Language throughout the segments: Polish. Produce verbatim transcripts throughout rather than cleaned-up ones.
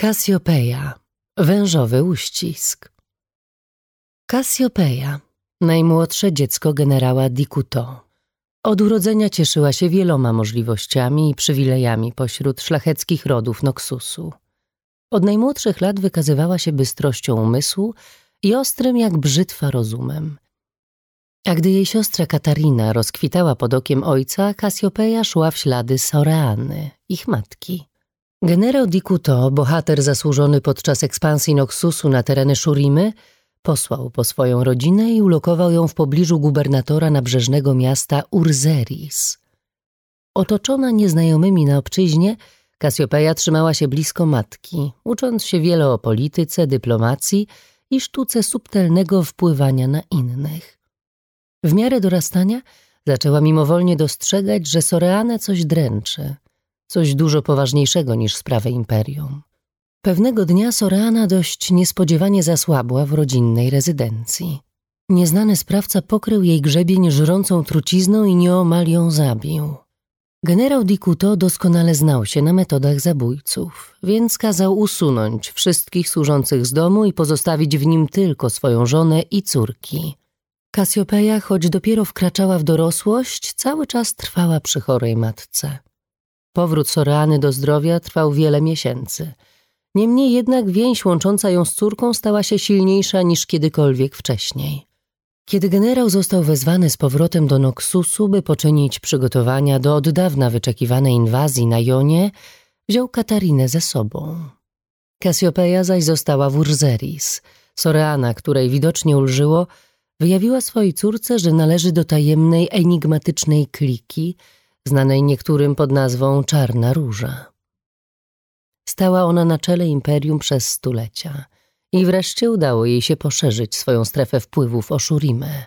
Kasjopeja, wężowy uścisk. Kasjopeja, najmłodsze dziecko generała Dikuto. Od urodzenia cieszyła się wieloma możliwościami i przywilejami pośród szlacheckich rodów Noxusu. Od najmłodszych lat wykazywała się bystrością umysłu i ostrym jak brzytwa rozumem. A gdy jej siostra Katarina rozkwitała pod okiem ojca, Kasjopeja szła w ślady Soreany, ich matki. Generał Dikuto, bohater zasłużony podczas ekspansji Noxusu na tereny Shurimy, posłał po swoją rodzinę i ulokował ją w pobliżu gubernatora nabrzeżnego miasta Urzeris. Otoczona nieznajomymi na obczyźnie, Kasjopeja trzymała się blisko matki, ucząc się wiele o polityce, dyplomacji i sztuce subtelnego wpływania na innych. W miarę dorastania zaczęła mimowolnie dostrzegać, że Soreanę coś dręczy, coś dużo poważniejszego niż sprawy imperium. Pewnego dnia Soreana dość niespodziewanie zasłabła w rodzinnej rezydencji. Nieznany sprawca pokrył jej grzebień żrącą trucizną i nieomal ją zabił. Generał Dikuto doskonale znał się na metodach zabójców, więc kazał usunąć wszystkich służących z domu i pozostawić w nim tylko swoją żonę i córki. Kasjopeja, choć dopiero wkraczała w dorosłość, cały czas trwała przy chorej matce. Powrót Soreany do zdrowia trwał wiele miesięcy. Niemniej jednak więź łącząca ją z córką stała się silniejsza niż kiedykolwiek wcześniej. Kiedy generał został wezwany z powrotem do Noxusu, by poczynić przygotowania do od dawna wyczekiwanej inwazji na Jonie, wziął Katarinę ze sobą. Kasjopeja zaś została w Urzeris. Soreana, której widocznie ulżyło, wyjawiła swojej córce, że należy do tajemnej, enigmatycznej kliki, znanej niektórym pod nazwą Czarna Róża. Stała ona na czele imperium przez stulecia i wreszcie udało jej się poszerzyć swoją strefę wpływów o Shurimę.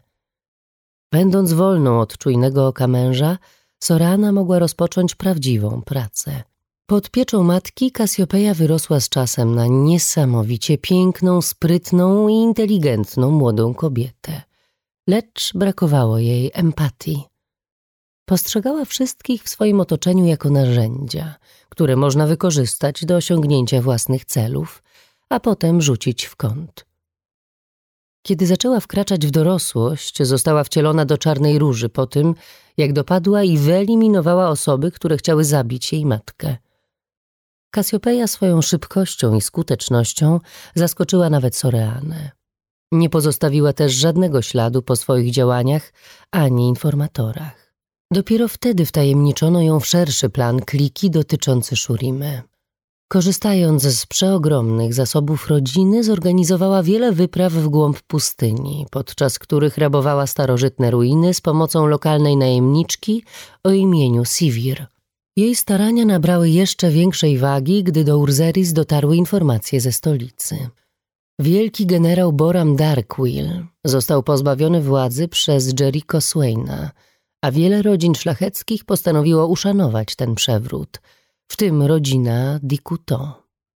Będąc wolną od czujnego oka męża, Soreana mogła rozpocząć prawdziwą pracę. Pod pieczą matki Kasjopeja wyrosła z czasem na niesamowicie piękną, sprytną i inteligentną młodą kobietę. Lecz brakowało jej empatii. Postrzegała wszystkich w swoim otoczeniu jako narzędzia, które można wykorzystać do osiągnięcia własnych celów, a potem rzucić w kąt. Kiedy zaczęła wkraczać w dorosłość, została wcielona do Czarnej Róży po tym, jak dopadła i wyeliminowała osoby, które chciały zabić jej matkę. Kasjopeja swoją szybkością i skutecznością zaskoczyła nawet Soreanę. Nie pozostawiła też żadnego śladu po swoich działaniach ani informatorach. Dopiero wtedy wtajemniczono ją w szerszy plan kliki dotyczący Shurimy. Korzystając z przeogromnych zasobów rodziny, zorganizowała wiele wypraw w głąb pustyni, podczas których rabowała starożytne ruiny z pomocą lokalnej najemniczki o imieniu Sivir. Jej starania nabrały jeszcze większej wagi, gdy do Urzeris dotarły informacje ze stolicy. Wielki generał Boram Darkwill został pozbawiony władzy przez Jericho Swaina, a wiele rodzin szlacheckich postanowiło uszanować ten przewrót, w tym rodzina Dikuto.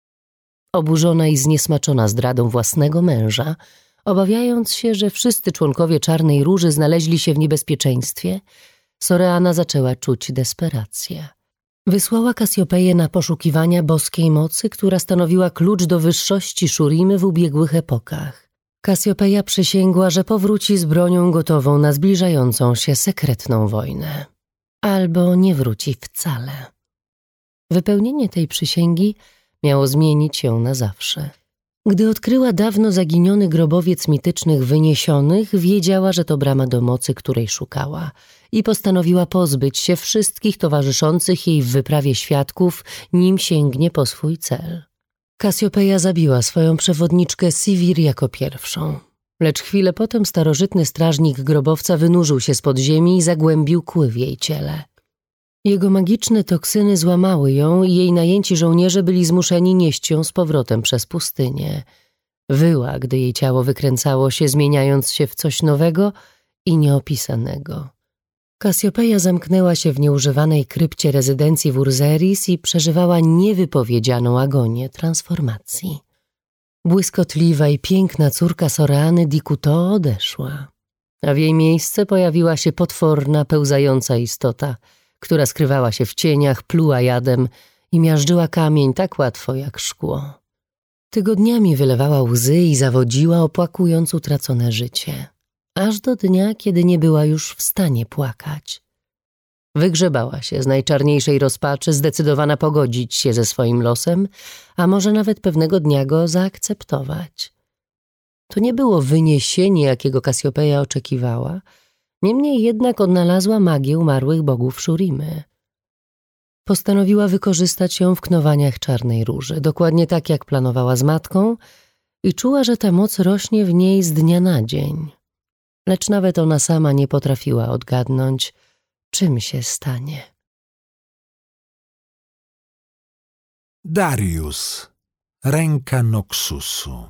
Oburzona i zniesmaczona zdradą własnego męża, obawiając się, że wszyscy członkowie Czarnej Róży znaleźli się w niebezpieczeństwie, Soreana zaczęła czuć desperację. Wysłała Kasjopeję na poszukiwania boskiej mocy, która stanowiła klucz do wyższości Shurimy w ubiegłych epokach. Kasjopeja przysięgła, że powróci z bronią gotową na zbliżającą się sekretną wojnę. Albo nie wróci wcale. Wypełnienie tej przysięgi miało zmienić ją na zawsze. Gdy odkryła dawno zaginiony grobowiec mitycznych wyniesionych, wiedziała, że to brama do mocy, której szukała, i postanowiła pozbyć się wszystkich towarzyszących jej w wyprawie świadków, nim sięgnie po swój cel. Kasjopeja zabiła swoją przewodniczkę Sivir jako pierwszą. Lecz chwilę potem starożytny strażnik grobowca wynurzył się spod ziemi i zagłębił kły w jej ciele. Jego magiczne toksyny złamały ją i jej najęci żołnierze byli zmuszeni nieść ją z powrotem przez pustynię. Wyła, gdy jej ciało wykręcało się, zmieniając się w coś nowego i nieopisanego. Kasjopeja zamknęła się w nieużywanej krypcie rezydencji w Urzeris i przeżywała niewypowiedzianą agonię transformacji. Błyskotliwa i piękna córka Soreany Dikuto odeszła, a w jej miejsce pojawiła się potworna, pełzająca istota, która skrywała się w cieniach, pluła jadem i miażdżyła kamień tak łatwo jak szkło. Tygodniami wylewała łzy i zawodziła, opłakując utracone życie, aż do dnia, kiedy nie była już w stanie płakać. Wygrzebała się z najczarniejszej rozpaczy, zdecydowana pogodzić się ze swoim losem, a może nawet pewnego dnia go zaakceptować. To nie było wyniesienie, jakiego Kasjopeja oczekiwała, niemniej jednak odnalazła magię umarłych bogów Szurimy. Postanowiła wykorzystać ją w knowaniach Czarnej Róży, dokładnie tak jak planowała z matką, i czuła, że ta moc rośnie w niej z dnia na dzień. Lecz nawet ona sama nie potrafiła odgadnąć, czym się stanie. Darius, ręka Noxusu.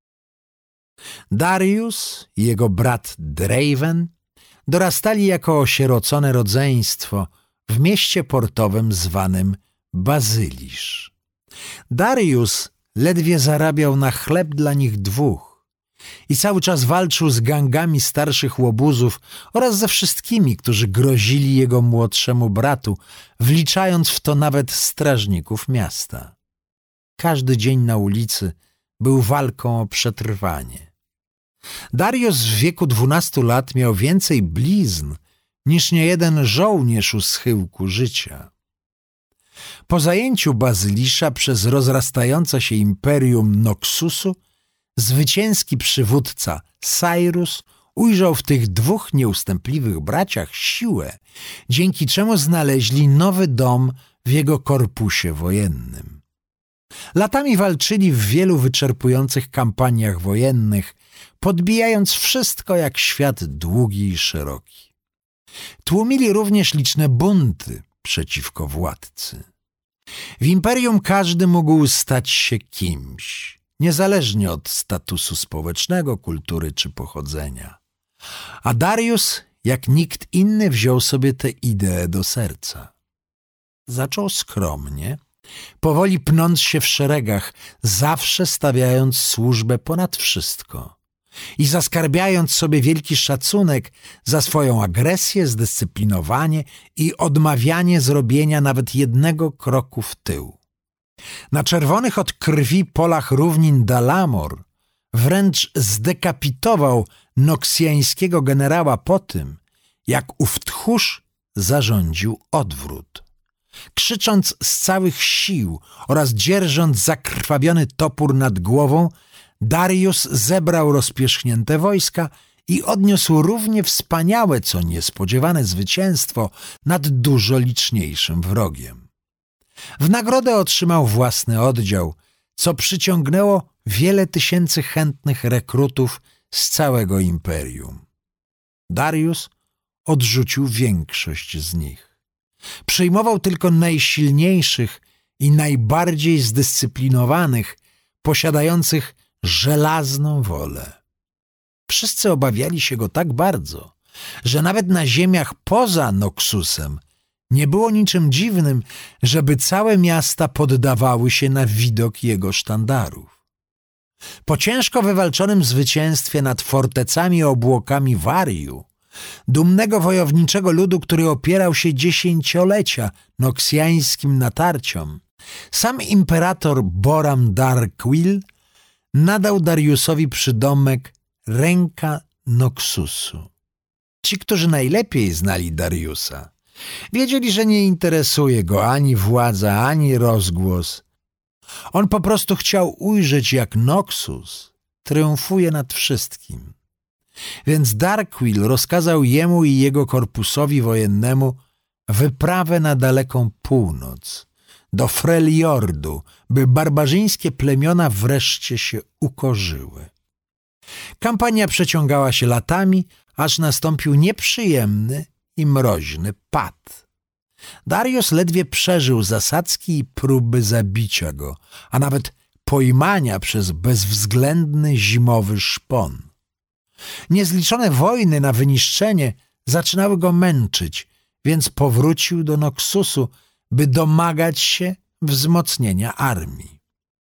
Darius i jego brat Draven dorastali jako osierocone rodzeństwo w mieście portowym zwanym Bazylisz. Darius ledwie zarabiał na chleb dla nich dwóch i cały czas walczył z gangami starszych łobuzów oraz ze wszystkimi, którzy grozili jego młodszemu bratu, wliczając w to nawet strażników miasta. Każdy dzień na ulicy był walką o przetrwanie. Darius w wieku dwunastu lat miał więcej blizn niż niejeden żołnierz u schyłku życia. Po zajęciu Bazylisza przez rozrastające się imperium Noxusu, zwycięski przywódca Cyrus ujrzał w tych dwóch nieustępliwych braciach siłę, dzięki czemu znaleźli nowy dom w jego korpusie wojennym. Latami walczyli w wielu wyczerpujących kampaniach wojennych, podbijając wszystko jak świat długi i szeroki. Tłumili również liczne bunty przeciwko władcy. W imperium każdy mógł stać się kimś, niezależnie od statusu społecznego, kultury czy pochodzenia. A Darius, jak nikt inny, wziął sobie tę ideę do serca. Zaczął skromnie, powoli pnąc się w szeregach, zawsze stawiając służbę ponad wszystko i zaskarbiając sobie wielki szacunek za swoją agresję, zdyscyplinowanie i odmawianie zrobienia nawet jednego kroku w tył. Na czerwonych od krwi polach równin Dalamor wręcz zdekapitował noksjańskiego generała po tym, jak ów tchórz zarządził odwrót. Krzycząc z całych sił oraz dzierżąc zakrwawiony topór nad głową, Darius zebrał rozpierzchnięte wojska i odniósł równie wspaniałe, co niespodziewane zwycięstwo nad dużo liczniejszym wrogiem. W nagrodę otrzymał własny oddział, co przyciągnęło wiele tysięcy chętnych rekrutów z całego imperium. Darius odrzucił większość z nich. Przyjmował tylko najsilniejszych i najbardziej zdyscyplinowanych, posiadających żelazną wolę. Wszyscy obawiali się go tak bardzo, że nawet na ziemiach poza Noxusem nie było niczym dziwnym, żeby całe miasta poddawały się na widok jego sztandarów. Po ciężko wywalczonym zwycięstwie nad fortecami i obłokami Wariu, dumnego wojowniczego ludu, który opierał się dziesięciolecia noksjańskim natarciom, sam imperator Boram Darkwill nadał Dariusowi przydomek ręka Noxusu. Ci, którzy najlepiej znali Dariusa, wiedzieli, że nie interesuje go ani władza, ani rozgłos. On po prostu chciał ujrzeć, jak Noxus triumfuje nad wszystkim. Więc Darkwill rozkazał jemu i jego korpusowi wojennemu wyprawę na daleką północ, do Freljordu, by barbarzyńskie plemiona wreszcie się ukorzyły. Kampania przeciągała się latami, aż nastąpił nieprzyjemny i mroźny pad. Darius ledwie przeżył zasadzki i próby zabicia go, a nawet pojmania przez bezwzględny zimowy szpon. Niezliczone wojny na wyniszczenie zaczynały go męczyć, więc powrócił do Noxusu, by domagać się wzmocnienia armii.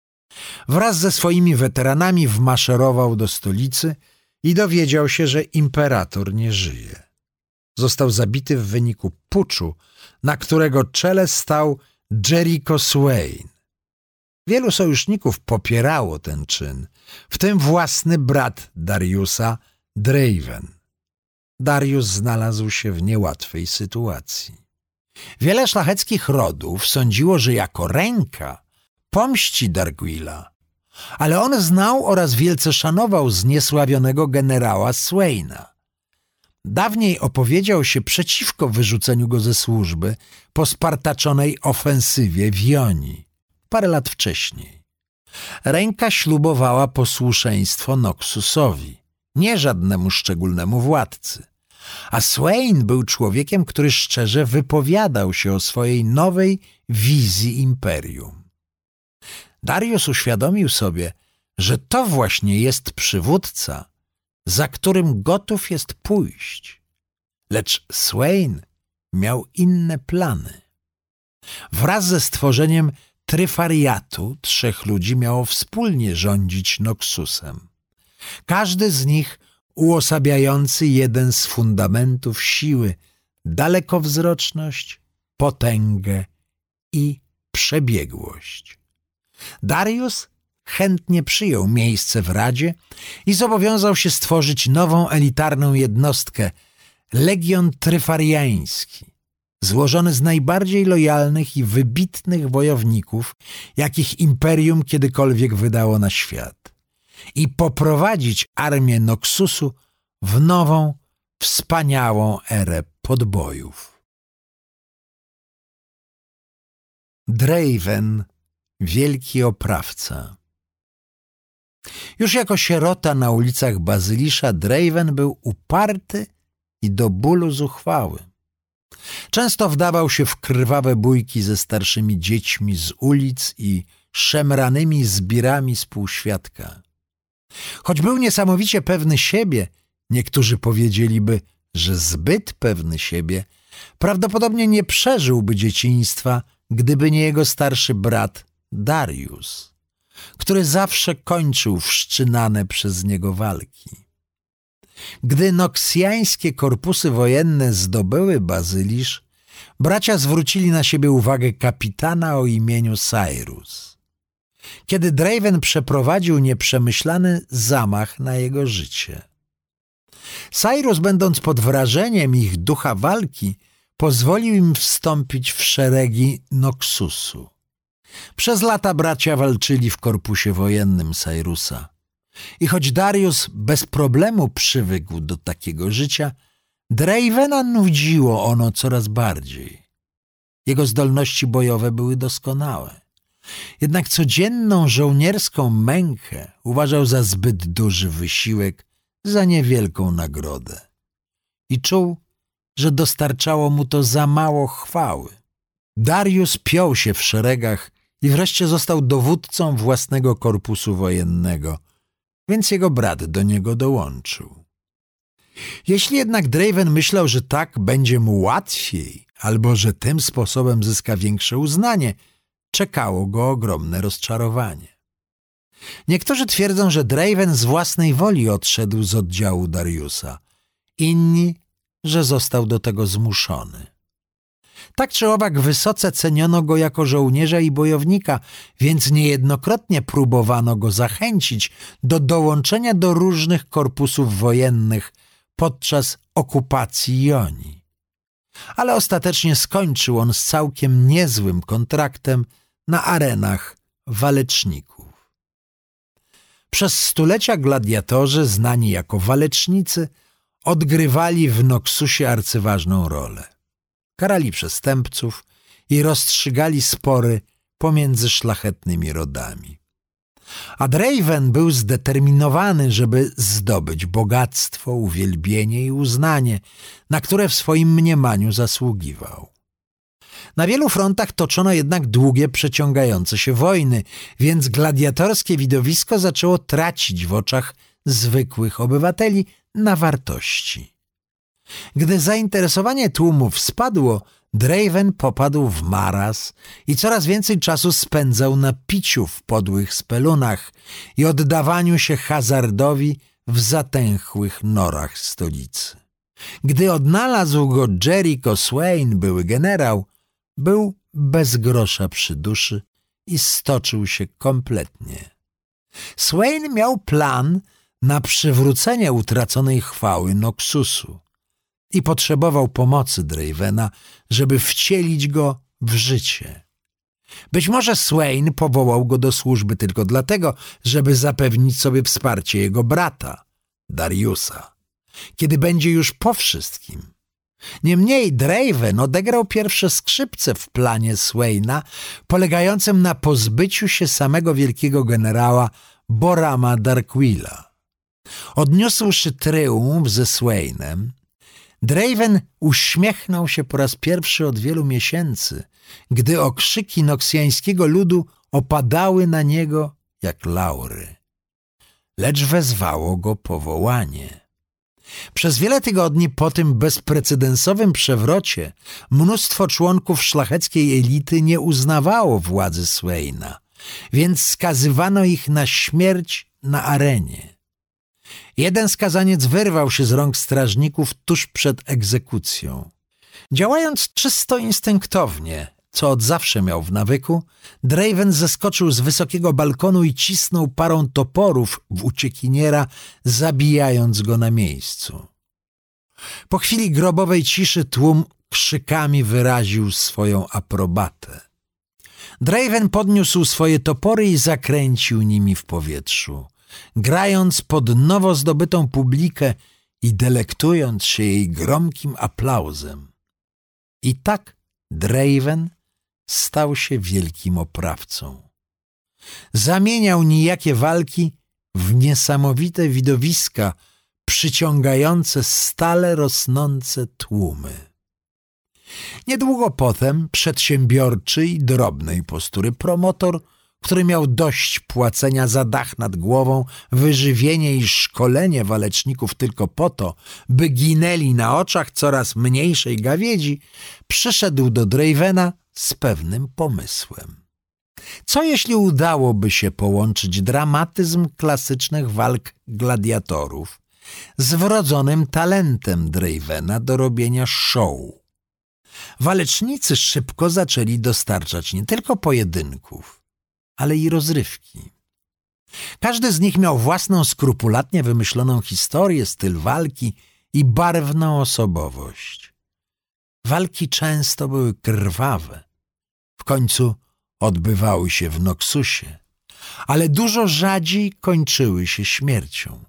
Wraz ze swoimi weteranami wmaszerował do stolicy i dowiedział się, że imperator nie żyje. Został zabity w wyniku puczu, na którego czele stał Jericho Swain. Wielu sojuszników popierało ten czyn, w tym własny brat Dariusa, Draven. Darius znalazł się w niełatwej sytuacji. Wiele szlacheckich rodów sądziło, że jako ręka pomści Dargwilla, ale on znał oraz wielce szanował zniesławionego generała Swaina. Dawniej opowiedział się przeciwko wyrzuceniu go ze służby po spartaczonej ofensywie w Jonii, parę lat wcześniej. Ręka ślubowała posłuszeństwo Noxusowi, nie żadnemu szczególnemu władcy, a Swain był człowiekiem, który szczerze wypowiadał się o swojej nowej wizji imperium. Darius uświadomił sobie, że to właśnie jest przywódca, za którym gotów jest pójść. Lecz Swain miał inne plany. Wraz ze stworzeniem tryfariatu trzech ludzi miało wspólnie rządzić Noxusem. Każdy z nich uosabiający jeden z fundamentów siły, dalekowzroczność, potęgę i przebiegłość. Darius chętnie przyjął miejsce w Radzie i zobowiązał się stworzyć nową elitarną jednostkę, Legion Tryfariański, złożony z najbardziej lojalnych i wybitnych wojowników, jakich imperium kiedykolwiek wydało na świat, i poprowadzić armię Noxusu w nową, wspaniałą erę podbojów. Draven, wielki oprawca. Już jako sierota na ulicach Bazylisza Draven był uparty i do bólu zuchwały. Często wdawał się w krwawe bójki ze starszymi dziećmi z ulic i szemranymi zbirami z półświadka. Choć był niesamowicie pewny siebie, niektórzy powiedzieliby, że zbyt pewny siebie, prawdopodobnie nie przeżyłby dzieciństwa, gdyby nie jego starszy brat Darius, który zawsze kończył wszczynane przez niego walki. Gdy noksjańskie korpusy wojenne zdobyły Bazylisz, bracia zwrócili na siebie uwagę kapitana o imieniu Cyrus, kiedy Draven przeprowadził nieprzemyślany zamach na jego życie. Cyrus, będąc pod wrażeniem ich ducha walki, pozwolił im wstąpić w szeregi Noxusu. Przez lata bracia walczyli w korpusie wojennym Cyrusa. I choć Darius bez problemu przywykł do takiego życia, Dravena nudziło ono coraz bardziej. Jego zdolności bojowe były doskonałe. Jednak codzienną żołnierską mękę uważał za zbyt duży wysiłek, za niewielką nagrodę. I czuł, że dostarczało mu to za mało chwały. Darius piął się w szeregach i wreszcie został dowódcą własnego korpusu wojennego, więc jego brat do niego dołączył. Jeśli jednak Draven myślał, że tak będzie mu łatwiej, albo że tym sposobem zyska większe uznanie, czekało go ogromne rozczarowanie. Niektórzy twierdzą, że Draven z własnej woli odszedł z oddziału Dariusa, inni, że został do tego zmuszony. Tak czy owak wysoce ceniono go jako żołnierza i bojownika, więc niejednokrotnie próbowano go zachęcić do dołączenia do różnych korpusów wojennych podczas okupacji Jonii. Ale ostatecznie skończył on z całkiem niezłym kontraktem na arenach waleczników. Przez stulecia gladiatorzy, znani jako walecznicy, odgrywali w Noxusie arcyważną rolę. Karali przestępców i rozstrzygali spory pomiędzy szlachetnymi rodami. A Draven był zdeterminowany, żeby zdobyć bogactwo, uwielbienie i uznanie, na które w swoim mniemaniu zasługiwał. Na wielu frontach toczono jednak długie, przeciągające się wojny, więc gladiatorskie widowisko zaczęło tracić w oczach zwykłych obywateli na wartości. Gdy zainteresowanie tłumów spadło, Draven popadł w marazm i coraz więcej czasu spędzał na piciu w podłych spelunach i oddawaniu się hazardowi w zatęchłych norach stolicy. Gdy odnalazł go Jericho Swain, były generał, był bez grosza przy duszy i stoczył się kompletnie. Swain miał plan na przywrócenie utraconej chwały Noxusu i potrzebował pomocy Dravena, żeby wcielić go w życie. Być może Swain powołał go do służby tylko dlatego, żeby zapewnić sobie wsparcie jego brata, Dariusa, kiedy będzie już po wszystkim. Niemniej Draven odegrał pierwsze skrzypce w planie Swaina, polegającym na pozbyciu się samego wielkiego generała Borama Darkwilla. Odniósłszy tryumf ze Swainem, Draven uśmiechnął się po raz pierwszy od wielu miesięcy, gdy okrzyki noksjańskiego ludu opadały na niego jak laury. Lecz wezwało go powołanie. Przez wiele tygodni po tym bezprecedensowym przewrocie mnóstwo członków szlacheckiej elity nie uznawało władzy Swaina, więc skazywano ich na śmierć na arenie. Jeden skazaniec wyrwał się z rąk strażników tuż przed egzekucją. Działając czysto instynktownie, co od zawsze miał w nawyku, Draven zeskoczył z wysokiego balkonu i cisnął parą toporów w uciekiniera, zabijając go na miejscu. Po chwili grobowej ciszy tłum krzykami wyraził swoją aprobatę. Draven podniósł swoje topory i zakręcił nimi w powietrzu, grając pod nowo zdobytą publikę i delektując się jej gromkim aplauzem. I tak Draven stał się wielkim oprawcą. Zamieniał nijakie walki w niesamowite widowiska przyciągające stale rosnące tłumy. Niedługo potem przedsiębiorczy i drobnej postury promotor, który miał dość płacenia za dach nad głową, wyżywienie i szkolenie waleczników tylko po to, by ginęli na oczach coraz mniejszej gawiedzi, przyszedł do Dravena z pewnym pomysłem. Co jeśli udałoby się połączyć dramatyzm klasycznych walk gladiatorów z wrodzonym talentem Dravena do robienia show? Walecznicy szybko zaczęli dostarczać nie tylko pojedynków, ale i rozrywki. Każdy z nich miał własną skrupulatnie wymyśloną historię, styl walki i barwną osobowość. Walki często były krwawe. W końcu odbywały się w Noxusie, ale dużo rzadziej kończyły się śmiercią.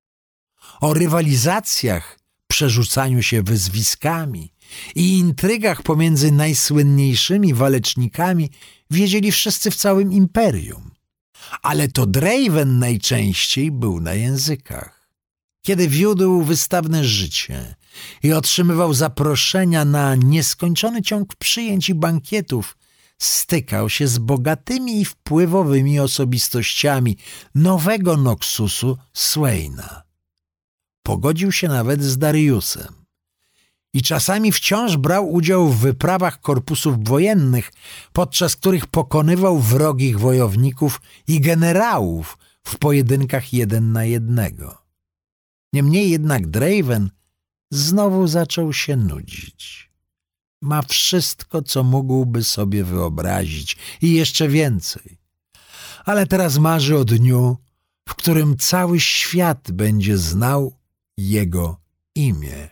O rywalizacjach, przerzucaniu się wyzwiskami i intrygach pomiędzy najsłynniejszymi walecznikami wiedzieli wszyscy w całym imperium. Ale to Draven najczęściej był na językach. Kiedy wiódł wystawne życie i otrzymywał zaproszenia na nieskończony ciąg przyjęć i bankietów, stykał się z bogatymi i wpływowymi osobistościami nowego Noxusu Swaina. Pogodził się nawet z Dariusem i czasami wciąż brał udział w wyprawach korpusów wojennych, podczas których pokonywał wrogich wojowników i generałów w pojedynkach jeden na jednego. Niemniej jednak Draven znowu zaczął się nudzić. Ma wszystko, co mógłby sobie wyobrazić i jeszcze więcej. Ale teraz marzy o dniu, w którym cały świat będzie znał jego imię.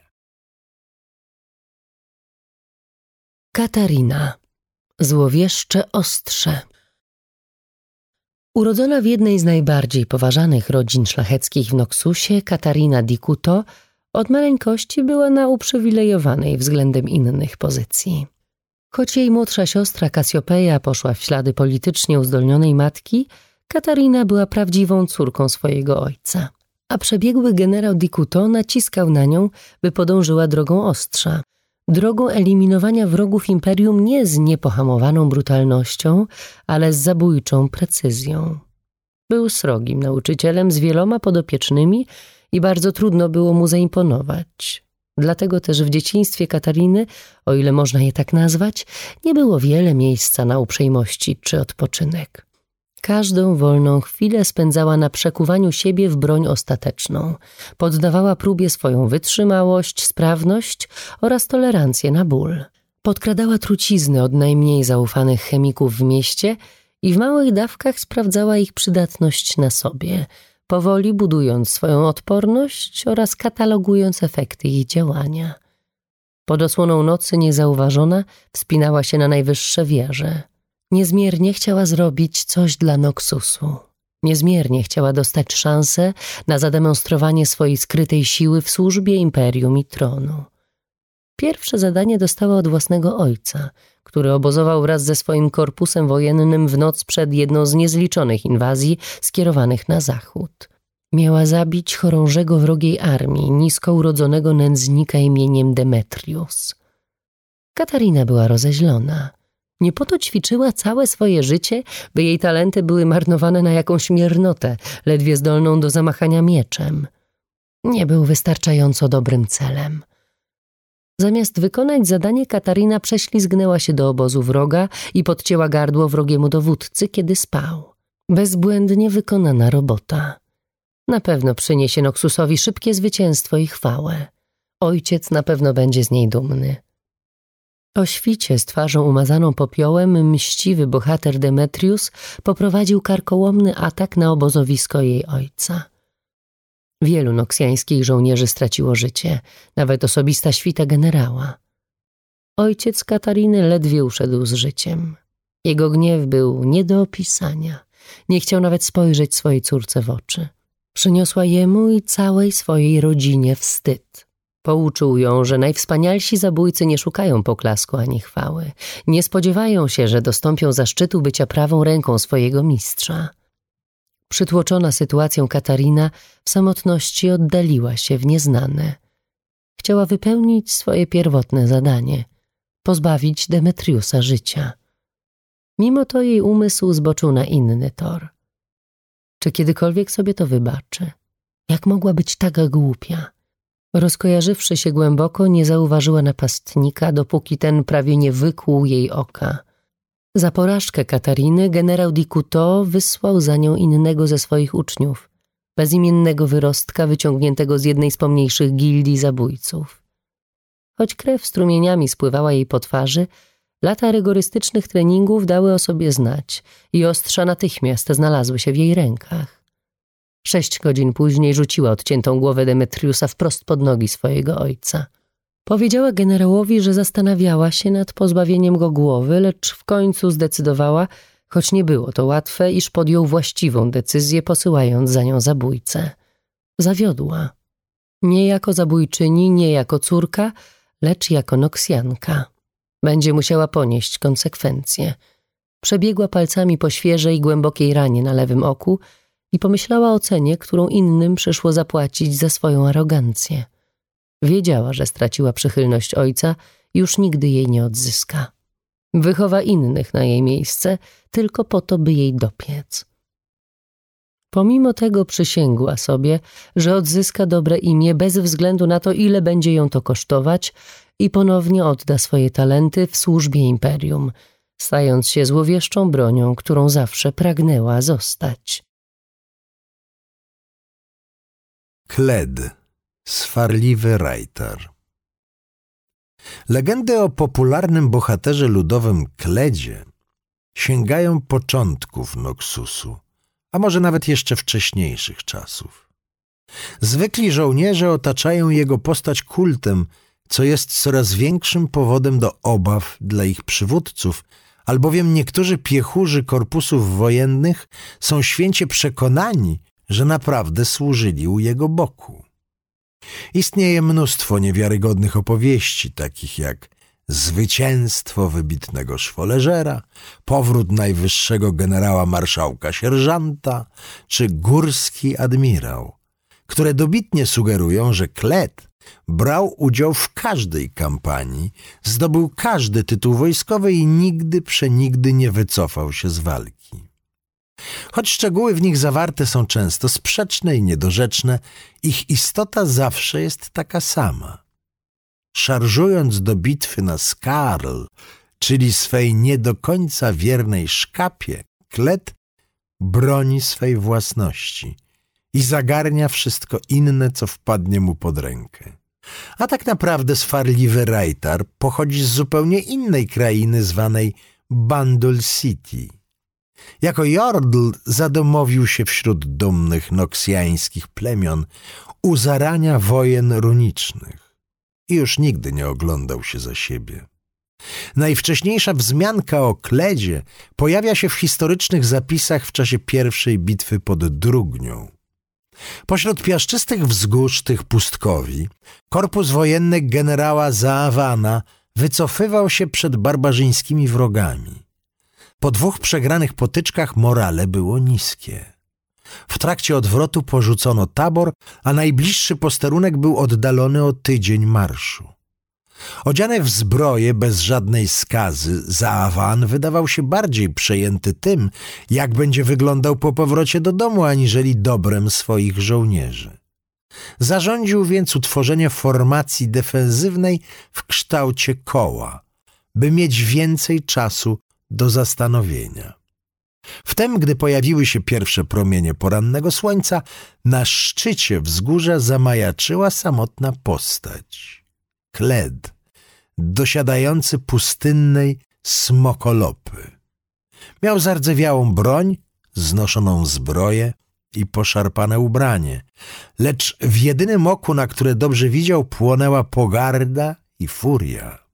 Katarina. Złowieszcze ostrze. Urodzona w jednej z najbardziej poważanych rodzin szlacheckich w Noxusie, Katarina di Couto od maleńkości była na uprzywilejowanej względem innych pozycji. Choć jej młodsza siostra Kassiopeia poszła w ślady politycznie uzdolnionej matki, Katarina była prawdziwą córką swojego ojca. A przebiegły generał di Couto naciskał na nią, by podążyła drogą ostrza. Drogą eliminowania wrogów imperium nie z niepohamowaną brutalnością, ale z zabójczą precyzją. Był srogim nauczycielem z wieloma podopiecznymi i bardzo trudno było mu zaimponować. Dlatego też w dzieciństwie Katariny, o ile można je tak nazwać, nie było wiele miejsca na uprzejmości czy odpoczynek. Każdą wolną chwilę spędzała na przekuwaniu siebie w broń ostateczną. Poddawała próbie swoją wytrzymałość, sprawność oraz tolerancję na ból. Podkradała trucizny od najmniej zaufanych chemików w mieście i w małych dawkach sprawdzała ich przydatność na sobie, powoli budując swoją odporność oraz katalogując efekty ich działania. Pod osłoną nocy niezauważona wspinała się na najwyższe wieże. Niezmiernie chciała zrobić coś dla Noxusu. Niezmiernie chciała dostać szansę na zademonstrowanie swojej skrytej siły w służbie imperium i tronu. Pierwsze zadanie dostała od własnego ojca, który obozował wraz ze swoim korpusem wojennym w noc przed jedną z niezliczonych inwazji skierowanych na zachód. Miała zabić chorążego wrogiej armii, nisko urodzonego nędznika imieniem Demetrius. Katarina była rozeźlona. Nie po to ćwiczyła całe swoje życie, by jej talenty były marnowane na jakąś miernotę, ledwie zdolną do zamachania mieczem. Nie był wystarczająco dobrym celem. Zamiast wykonać zadanie, Katarina prześlizgnęła się do obozu wroga i podcięła gardło wrogiemu dowódcy, kiedy spał. Bezbłędnie wykonana robota. Na pewno przyniesie Noxusowi szybkie zwycięstwo i chwałę. Ojciec na pewno będzie z niej dumny. O świcie z twarzą umazaną popiołem mściwy bohater Demetrius poprowadził karkołomny atak na obozowisko jej ojca. Wielu noksjańskich żołnierzy straciło życie, nawet osobista świta generała. Ojciec Katariny ledwie uszedł z życiem. Jego gniew był nie do opisania. Nie chciał nawet spojrzeć swojej córce w oczy. Przyniosła jemu i całej swojej rodzinie wstyd. Pouczył ją, że najwspanialsi zabójcy nie szukają poklasku ani chwały. Nie spodziewają się, że dostąpią zaszczytu bycia prawą ręką swojego mistrza. Przytłoczona sytuacją Katarina w samotności oddaliła się w nieznane. Chciała wypełnić swoje pierwotne zadanie – pozbawić Demetriusa życia. Mimo to jej umysł zboczył na inny tor. Czy kiedykolwiek sobie to wybaczy? Jak mogła być tak głupia? Rozkojarzywszy się głęboko, nie zauważyła napastnika, dopóki ten prawie nie wykłuł jej oka. Za porażkę Katariny generał Di Couteau wysłał za nią innego ze swoich uczniów, bezimiennego wyrostka wyciągniętego z jednej z pomniejszych gildii zabójców. Choć krew strumieniami spływała jej po twarzy, lata rygorystycznych treningów dały o sobie znać i ostrza natychmiast znalazły się w jej rękach. Sześć godzin później rzuciła odciętą głowę Demetriusa wprost pod nogi swojego ojca. Powiedziała generałowi, że zastanawiała się nad pozbawieniem go głowy, lecz w końcu zdecydowała, choć nie było to łatwe, iż podjął właściwą decyzję, posyłając za nią zabójcę. Zawiodła. Nie jako zabójczyni, nie jako córka, lecz jako Noksjanka. Będzie musiała ponieść konsekwencje. Przebiegła palcami po świeżej, głębokiej ranie na lewym oku i pomyślała o cenie, którą innym przyszło zapłacić za swoją arogancję. Wiedziała, że straciła przychylność ojca i już nigdy jej nie odzyska. Wychowa innych na jej miejsce, tylko po to, by jej dopiec. Pomimo tego przysięgła sobie, że odzyska dobre imię bez względu na to, ile będzie ją to kosztować i ponownie odda swoje talenty w służbie imperium, stając się złowieszczą bronią, którą zawsze pragnęła zostać. Kled, swarliwy rajter. Legendy o popularnym bohaterze ludowym Kledzie sięgają początków Noxusu, a może nawet jeszcze wcześniejszych czasów. Zwykli żołnierze otaczają jego postać kultem, co jest coraz większym powodem do obaw dla ich przywódców, albowiem niektórzy piechurzy korpusów wojennych są święcie przekonani, że naprawdę służyli u jego boku. Istnieje mnóstwo niewiarygodnych opowieści, takich jak zwycięstwo wybitnego szwoleżera, powrót najwyższego generała marszałka sierżanta czy górski admirał, które dobitnie sugerują, że Kled brał udział w każdej kampanii, zdobył każdy tytuł wojskowy i nigdy przenigdy nie wycofał się z walki. Choć szczegóły w nich zawarte są często sprzeczne i niedorzeczne, ich istota zawsze jest taka sama. Szarżując do bitwy na Skarl, czyli swej nie do końca wiernej szkapie, Kled broni swej własności i zagarnia wszystko inne, co wpadnie mu pod rękę. A tak naprawdę swarliwy rajtar pochodzi z zupełnie innej krainy zwanej Bandul City. Jako Jordl zadomowił się wśród dumnych noksjańskich plemion u zarania wojen runicznych i już nigdy nie oglądał się za siebie. Najwcześniejsza wzmianka o Kledzie pojawia się w historycznych zapisach w czasie pierwszej bitwy pod Drugnią. Pośród piaszczystych wzgórz tych pustkowi korpus wojenny generała Zaawana wycofywał się przed barbarzyńskimi wrogami. Po dwóch przegranych potyczkach morale było niskie. W trakcie odwrotu porzucono tabor, a najbliższy posterunek był oddalony o tydzień marszu. Odziany w zbroję bez żadnej skazy, Zaawan wydawał się bardziej przejęty tym, jak będzie wyglądał po powrocie do domu, aniżeli dobrem swoich żołnierzy. Zarządził więc utworzenie formacji defensywnej w kształcie koła, by mieć więcej czasu do zastanowienia. Wtem, gdy pojawiły się pierwsze promienie porannego słońca, na szczycie wzgórza zamajaczyła samotna postać. Kled, dosiadający pustynnej smokolopy. Miał zardzewiałą broń, znoszoną zbroję i poszarpane ubranie, lecz w jedynym oku, na które dobrze widział, płonęła pogarda i furia.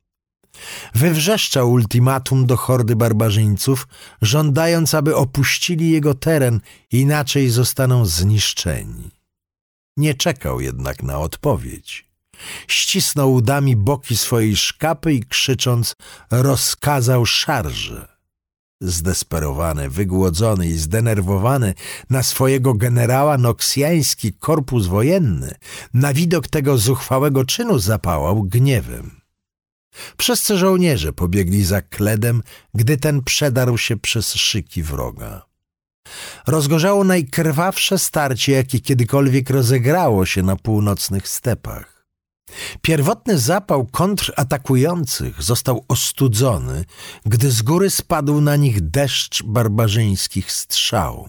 Wywrzeszczał ultimatum do hordy barbarzyńców, żądając, aby opuścili jego teren, inaczej zostaną zniszczeni. Nie czekał jednak na odpowiedź. Ścisnął udami boki swojej szkapy i krzycząc rozkazał szarże. Zdesperowany, wygłodzony i zdenerwowany na swojego generała noksjański korpus wojenny na widok tego zuchwałego czynu zapałał gniewem. Wszyscy żołnierze pobiegli za Kledem, gdy ten przedarł się przez szyki wroga. Rozgorzało najkrwawsze starcie, jakie kiedykolwiek rozegrało się na północnych stepach. Pierwotny zapał kontratakujących został ostudzony, gdy z góry spadł na nich deszcz barbarzyńskich strzał.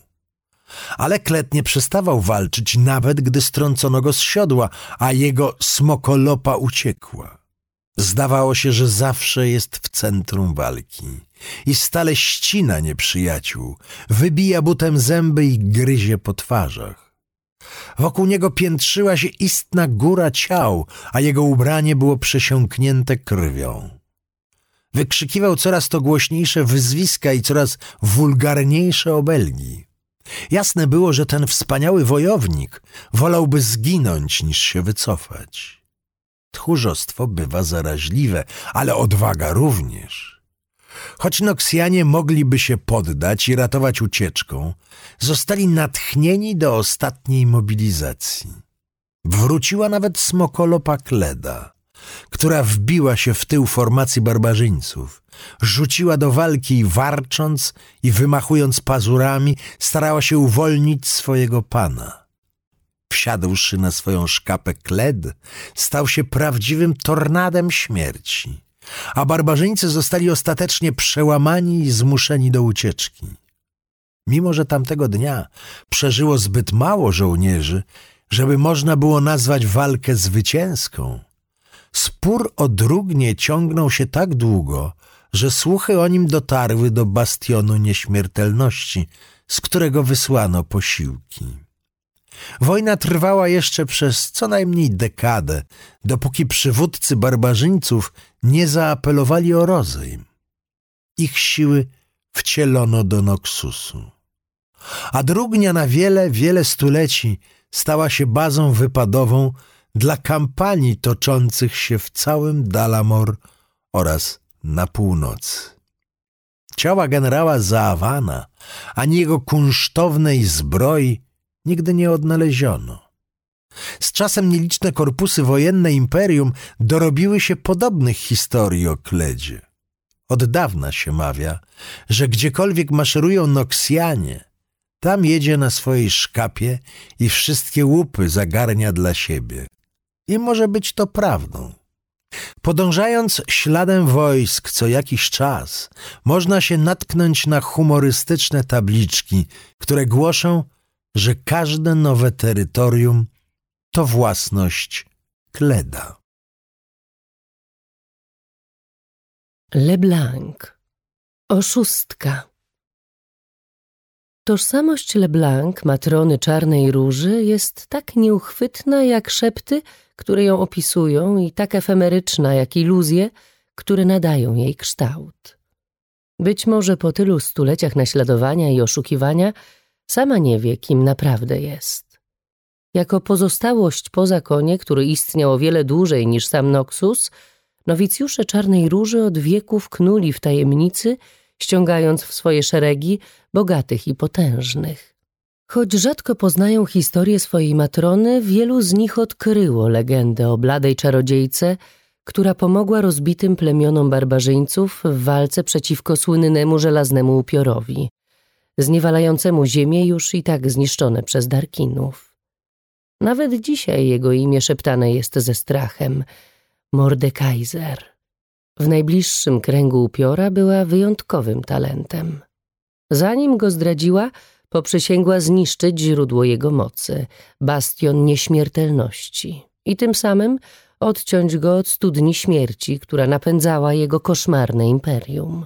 Ale Kled nie przestawał walczyć, nawet gdy strącono go z siodła, a jego smokolopa uciekła. Zdawało się, że zawsze jest w centrum walki i stale ścina nieprzyjaciół, wybija butem zęby i gryzie po twarzach. Wokół niego piętrzyła się istna góra ciał, a jego ubranie było przesiąknięte krwią. Wykrzykiwał coraz to głośniejsze wyzwiska i coraz wulgarniejsze obelgi. Jasne było, że ten wspaniały wojownik wolałby zginąć, niż się wycofać. Tchórzostwo bywa zaraźliwe, ale odwaga również. Choć Noksjanie mogliby się poddać i ratować ucieczką, zostali natchnieni do ostatniej mobilizacji. Wróciła nawet smokolopa Kleda, która wbiła się w tył formacji barbarzyńców, rzuciła do walki i warcząc i wymachując pazurami starała się uwolnić swojego pana. Wsiadłszy na swoją szkapę, Kled stał się prawdziwym tornadem śmierci, a barbarzyńcy zostali ostatecznie przełamani i zmuszeni do ucieczki. Mimo że tamtego dnia przeżyło zbyt mało żołnierzy, żeby można było nazwać walkę zwycięską, spór o Drugnię ciągnął się tak długo, że słuchy o nim dotarły do bastionu nieśmiertelności, z którego wysłano posiłki. Wojna trwała jeszcze przez co najmniej dekadę, dopóki przywódcy barbarzyńców nie zaapelowali o rozejm. Ich siły wcielono do Noksusu. A Drugnia na wiele, wiele stuleci stała się bazą wypadową dla kampanii toczących się w całym Dalamor oraz na północy. Ciała generała Zaawana, ani jego kunsztownej zbroi nigdy nie odnaleziono. Z czasem nieliczne korpusy wojenne imperium dorobiły się podobnych historii o Kledzie. Od dawna się mawia, że gdziekolwiek maszerują Noksjanie, tam jedzie na swojej szkapie i wszystkie łupy zagarnia dla siebie. I może być to prawdą. Podążając śladem wojsk co jakiś czas, można się natknąć na humorystyczne tabliczki, które głoszą, że każde nowe terytorium to własność Kleda. LeBlanc. Oszustka. Tożsamość LeBlanc, matrony Czarnej Róży, jest tak nieuchwytna jak szepty, które ją opisują, i tak efemeryczna jak iluzje, które nadają jej kształt. Być może po tylu stuleciach naśladowania i oszukiwania sama nie wie, kim naprawdę jest. Jako pozostałość po zakonie, który istniał o wiele dłużej niż sam Noxus, nowicjusze Czarnej Róży od wieków knuli w tajemnicy, ściągając w swoje szeregi bogatych i potężnych. Choć rzadko poznają historię swojej matrony, wielu z nich odkryło legendę o bladej czarodziejce, która pomogła rozbitym plemionom barbarzyńców w walce przeciwko słynnemu żelaznemu upiorowi, zniewalającemu ziemię już i tak zniszczone przez Darkinów. Nawet dzisiaj jego imię szeptane jest ze strachem – Mordekaiser. W najbliższym kręgu upiora była wyjątkowym talentem. Zanim go zdradziła, poprzysięgła zniszczyć źródło jego mocy, bastion nieśmiertelności, i tym samym odciąć go od studni śmierci, która napędzała jego koszmarne imperium.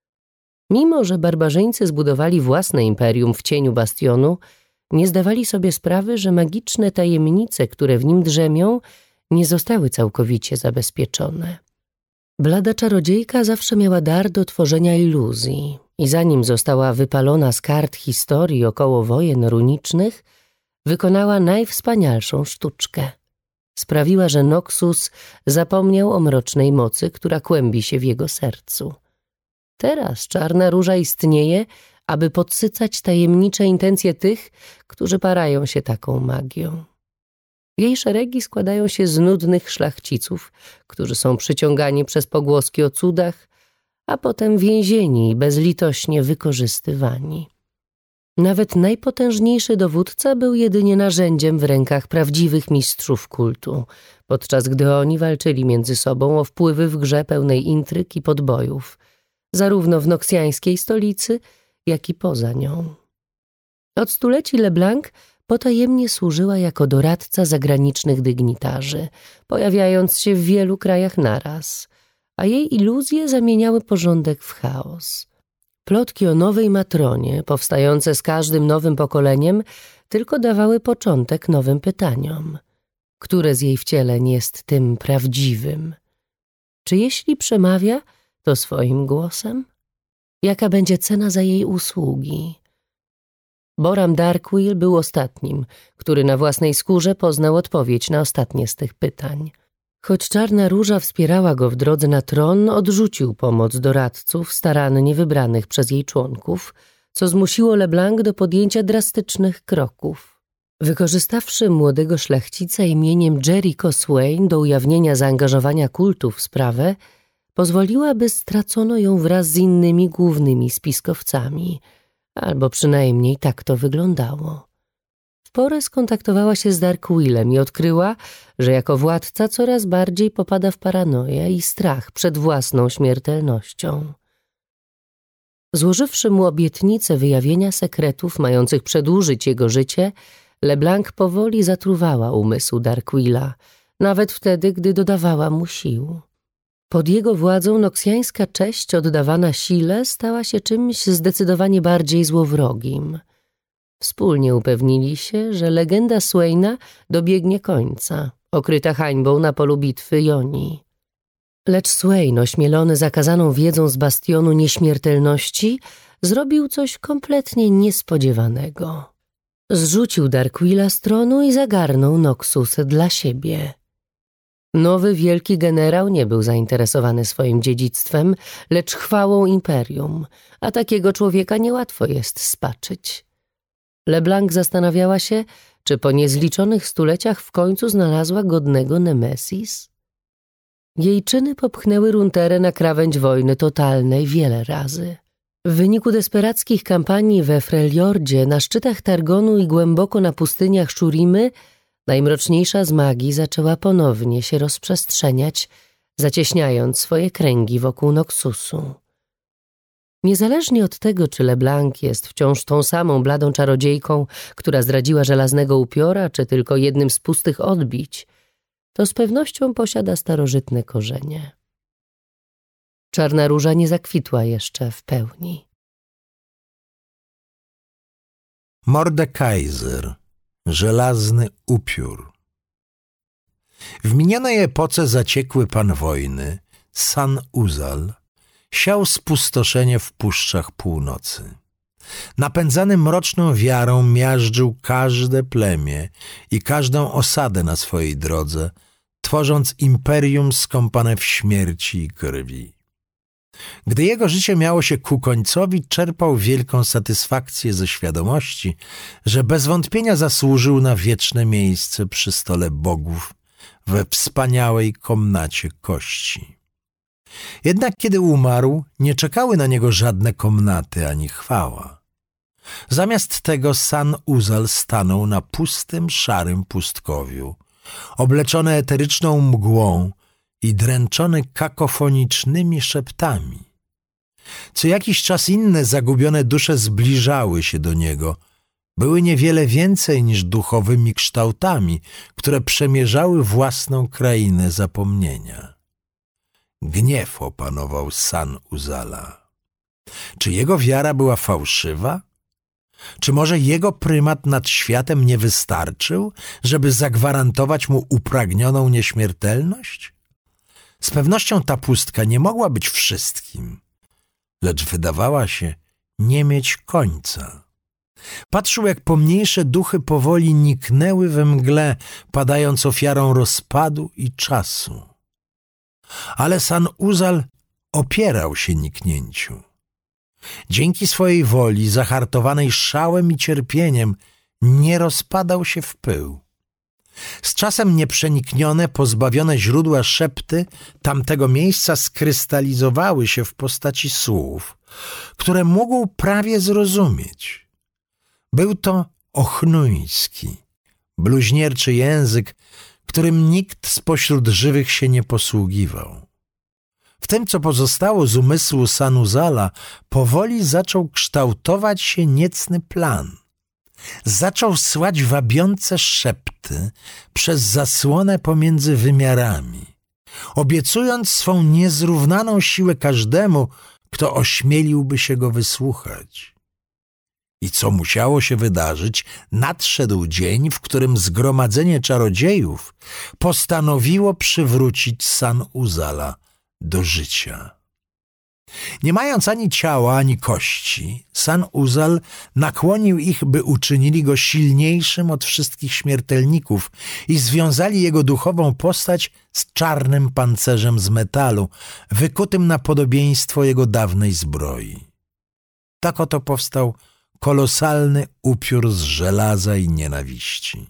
Mimo że barbarzyńcy zbudowali własne imperium w cieniu bastionu, nie zdawali sobie sprawy, że magiczne tajemnice, które w nim drzemią, nie zostały całkowicie zabezpieczone. Blada czarodziejka zawsze miała dar do tworzenia iluzji i zanim została wypalona z kart historii około wojen runicznych, wykonała najwspanialszą sztuczkę. Sprawiła, że Noxus zapomniał o mrocznej mocy, która kłębi się w jego sercu. Teraz Czarna Róża istnieje, aby podsycać tajemnicze intencje tych, którzy parają się taką magią. Jej szeregi składają się z nudnych szlachciców, którzy są przyciągani przez pogłoski o cudach, a potem więzieni i bezlitośnie wykorzystywani. Nawet najpotężniejszy dowódca był jedynie narzędziem w rękach prawdziwych mistrzów kultu, podczas gdy oni walczyli między sobą o wpływy w grze pełnej intryg i podbojów, zarówno w noksjańskiej stolicy, jak i poza nią. Od stuleci LeBlanc potajemnie służyła jako doradca zagranicznych dygnitarzy, pojawiając się w wielu krajach naraz, a jej iluzje zamieniały porządek w chaos. Plotki o nowej matronie, powstające z każdym nowym pokoleniem, tylko dawały początek nowym pytaniom. Które z jej wcieleń jest tym prawdziwym? Czy jeśli przemawia, to swoim głosem? Jaka będzie cena za jej usługi? Boram Darkwill był ostatnim, który na własnej skórze poznał odpowiedź na ostatnie z tych pytań. Choć Czarna Róża wspierała go w drodze na tron, odrzucił pomoc doradców starannie wybranych przez jej członków, co zmusiło LeBlanc do podjęcia drastycznych kroków. Wykorzystawszy młodego szlachcica imieniem Jericho Swain do ujawnienia zaangażowania kultu w sprawę, pozwoliła, by stracono ją wraz z innymi głównymi spiskowcami, albo przynajmniej tak to wyglądało. W porę skontaktowała się z Darkwillem i odkryła, że jako władca coraz bardziej popada w paranoję i strach przed własną śmiertelnością. Złożywszy mu obietnicę wyjawienia sekretów mających przedłużyć jego życie, LeBlanc powoli zatruwała umysł Darkwilla, nawet wtedy, gdy dodawała mu sił. Pod jego władzą noksjańska cześć oddawana sile stała się czymś zdecydowanie bardziej złowrogim. Wspólnie upewnili się, że legenda Swaina dobiegnie końca, okryta hańbą na polu bitwy Joni. Lecz Swain, ośmielony zakazaną wiedzą z bastionu nieśmiertelności, zrobił coś kompletnie niespodziewanego. Zrzucił Darkwilla z tronu i zagarnął Noxus dla siebie. Nowy wielki generał nie był zainteresowany swoim dziedzictwem, lecz chwałą imperium, a takiego człowieka niełatwo jest spaczyć. LeBlanc zastanawiała się, czy po niezliczonych stuleciach w końcu znalazła godnego Nemesis. Jej czyny popchnęły Runeterre na krawędź wojny totalnej wiele razy. W wyniku desperackich kampanii we Freljordzie, na szczytach Targonu i głęboko na pustyniach Shurimy, najmroczniejsza z magii zaczęła ponownie się rozprzestrzeniać, zacieśniając swoje kręgi wokół Noxusu. Niezależnie od tego, czy LeBlanc jest wciąż tą samą bladą czarodziejką, która zdradziła żelaznego upiora, czy tylko jednym z pustych odbić, to z pewnością posiada starożytne korzenie. Czarna Róża nie zakwitła jeszcze w pełni. Mordekaiser, żelazny upiór. W minionej epoce zaciekły pan wojny, San-Uzal, siał spustoszenie w puszczach północy. Napędzany mroczną wiarą miażdżył każde plemię i każdą osadę na swojej drodze, tworząc imperium skąpane w śmierci i krwi. Gdy jego życie miało się ku końcowi, czerpał wielką satysfakcję ze świadomości, że bez wątpienia zasłużył na wieczne miejsce przy stole bogów we wspaniałej komnacie kości. Jednak kiedy umarł, nie czekały na niego żadne komnaty ani chwała. Zamiast tego San-Uzal stanął na pustym, szarym pustkowiu, obleczony eteryczną mgłą i dręczony kakofonicznymi szeptami. Co jakiś czas inne zagubione dusze zbliżały się do niego. Były niewiele więcej niż duchowymi kształtami, które przemierzały własną krainę zapomnienia. Gniew opanował San-Uzala. Czy jego wiara była fałszywa? Czy może jego prymat nad światem nie wystarczył, żeby zagwarantować mu upragnioną nieśmiertelność? Z pewnością ta pustka nie mogła być wszystkim, lecz wydawała się nie mieć końca. Patrzył, jak pomniejsze duchy powoli niknęły we mgle, padając ofiarą rozpadu i czasu. Ale San-Uzal opierał się niknięciu. Dzięki swojej woli, zahartowanej szałem i cierpieniem, nie rozpadał się w pył. Z czasem nieprzeniknione, pozbawione źródła szepty tamtego miejsca skrystalizowały się w postaci słów, które mógł prawie zrozumieć. Był to ochnujski, bluźnierczy język, którym nikt spośród żywych się nie posługiwał. W tym, co pozostało z umysłu San-Uzala, powoli zaczął kształtować się niecny plan. Zaczął słać wabiące szepty przez zasłonę pomiędzy wymiarami, obiecując swą niezrównaną siłę każdemu, kto ośmieliłby się go wysłuchać. I co musiało się wydarzyć, nadszedł dzień, w którym zgromadzenie czarodziejów postanowiło przywrócić San-Uzala do życia. Nie mając ani ciała, ani kości, San-Uzal nakłonił ich, by uczynili go silniejszym od wszystkich śmiertelników i związali jego duchową postać z czarnym pancerzem z metalu, wykutym na podobieństwo jego dawnej zbroi. Tak oto powstał kolosalny upiór z żelaza i nienawiści.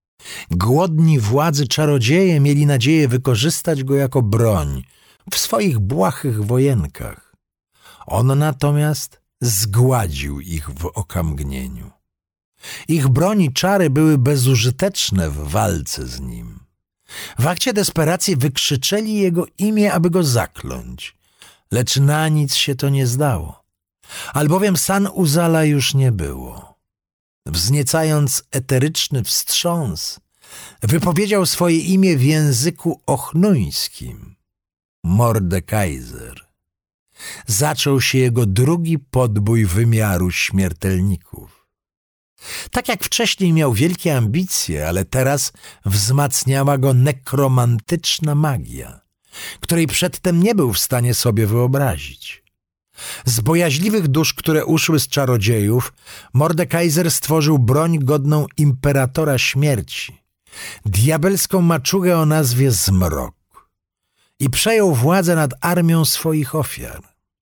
Głodni władzy czarodzieje mieli nadzieję wykorzystać go jako broń w swoich błahych wojenkach. On natomiast zgładził ich w okamgnieniu. Ich broń i czary były bezużyteczne w walce z nim. W akcie desperacji wykrzyczeli jego imię, aby go zakląć, lecz na nic się to nie zdało, albowiem San-Uzala już nie było. Wzniecając eteryczny wstrząs, wypowiedział swoje imię w języku ochnujskim – Mordekaiser. Zaczął się jego drugi podbój wymiaru śmiertelników. Tak jak wcześniej miał wielkie ambicje, ale teraz wzmacniała go nekromantyczna magia, której przedtem nie był w stanie sobie wyobrazić. Z bojaźliwych dusz, które uszły z czarodziejów, Mordekaiser stworzył broń godną imperatora śmierci, diabelską maczugę o nazwie Zmrok, i przejął władzę nad armią swoich ofiar.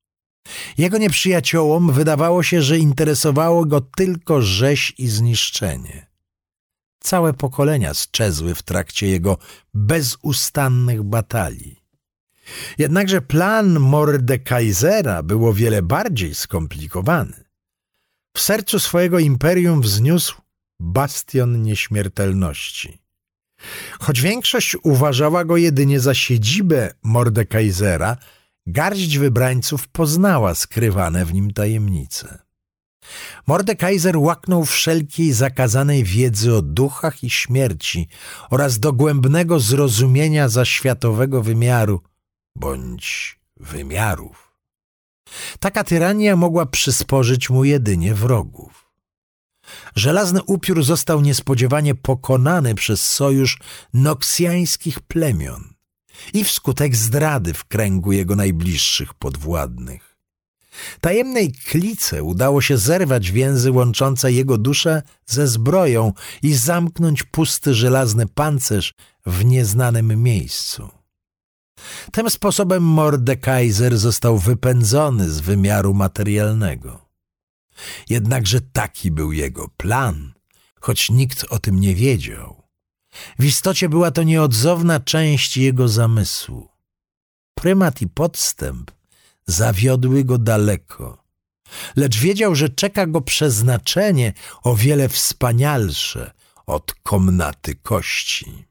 Jego nieprzyjaciołom wydawało się, że interesowało go tylko rzeź i zniszczenie. Całe pokolenia sczezły w trakcie jego bezustannych batalii. Jednakże plan Mordekaisera był o wiele bardziej skomplikowany. W sercu swojego imperium wzniósł bastion nieśmiertelności. Choć większość uważała go jedynie za siedzibę Mordekaisera, garść wybrańców poznała skrywane w nim tajemnice. Mordekaiser łaknął wszelkiej zakazanej wiedzy o duchach i śmierci oraz dogłębnego zrozumienia zaświatowego wymiaru bądź wymiarów. Taka tyrania mogła przysporzyć mu jedynie wrogów. Żelazny upiór został niespodziewanie pokonany przez sojusz noksjańskich plemion i wskutek zdrady w kręgu jego najbliższych podwładnych. Tajemnej klice udało się zerwać więzy łączące jego duszę ze zbroją i zamknąć pusty żelazny pancerz w nieznanym miejscu. Tym sposobem Mordekaiser został wypędzony z wymiaru materialnego. Jednakże taki był jego plan, choć nikt o tym nie wiedział. W istocie była to nieodzowna część jego zamysłu. Prymat i podstęp zawiodły go daleko, lecz wiedział, że czeka go przeznaczenie o wiele wspanialsze od komnaty kości.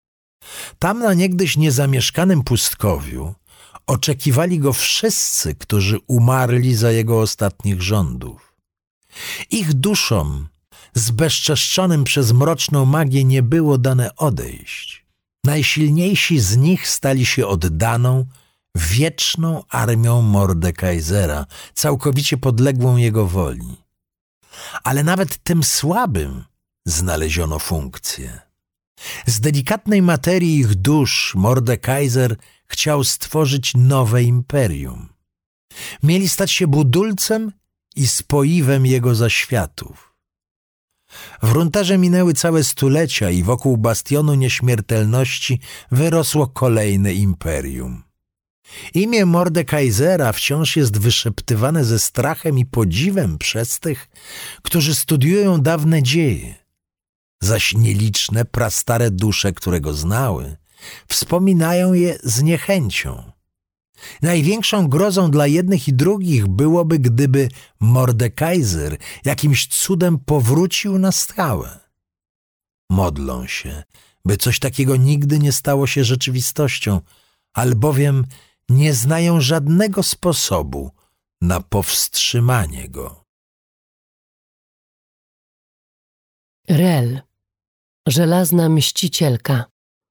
Tam na niegdyś niezamieszkanym pustkowiu oczekiwali go wszyscy, którzy umarli za jego ostatnich rządów. Ich duszom, zbezczeszczonym przez mroczną magię, nie było dane odejść. Najsilniejsi z nich stali się oddaną, wieczną armią Mordekaisera, całkowicie podległą jego woli. Ale nawet tym słabym znaleziono funkcję. Z delikatnej materii ich dusz Mordekaiser chciał stworzyć nowe imperium. Mieli stać się budulcem i spoiwem jego zaświatów. W Runeterze minęły całe stulecia i wokół bastionu nieśmiertelności wyrosło kolejne imperium. Imię Mordekaisera wciąż jest wyszeptywane ze strachem i podziwem przez tych, którzy studiują dawne dzieje, zaś nieliczne, prastare dusze, które go znały, wspominają je z niechęcią. Największą grozą dla jednych i drugich byłoby, gdyby Mordekaiser jakimś cudem powrócił na stałe. Modlą się, by coś takiego nigdy nie stało się rzeczywistością, albowiem nie znają żadnego sposobu na powstrzymanie go. Rel, żelazna mścicielka.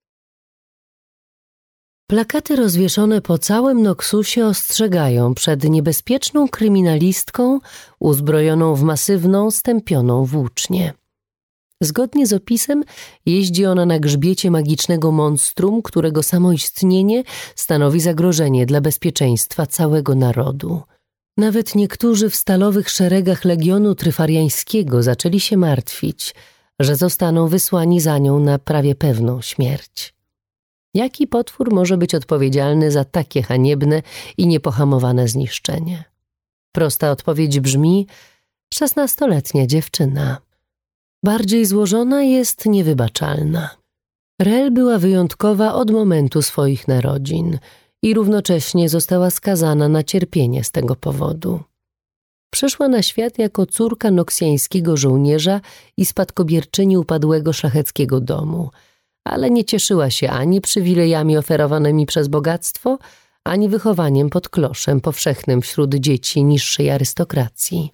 Plakaty rozwieszone po całym Noxusie ostrzegają przed niebezpieczną kryminalistką uzbrojoną w masywną, stępioną włócznię. Zgodnie z opisem jeździ ona na grzbiecie magicznego monstrum, którego samo istnienie stanowi zagrożenie dla bezpieczeństwa całego narodu. Nawet niektórzy w stalowych szeregach Legionu Tryfariańskiego zaczęli się martwić, że zostaną wysłani za nią na prawie pewną śmierć. Jaki potwór może być odpowiedzialny za takie haniebne i niepohamowane zniszczenie? Prosta odpowiedź brzmi: szesnastoletnia dziewczyna. Bardziej złożona jest niewybaczalna. Rel była wyjątkowa od momentu swoich narodzin i równocześnie została skazana na cierpienie z tego powodu. Przyszła na świat jako córka noksjańskiego żołnierza i spadkobierczyni upadłego szlacheckiego domu, ale nie cieszyła się ani przywilejami oferowanymi przez bogactwo, ani wychowaniem pod kloszem powszechnym wśród dzieci niższej arystokracji.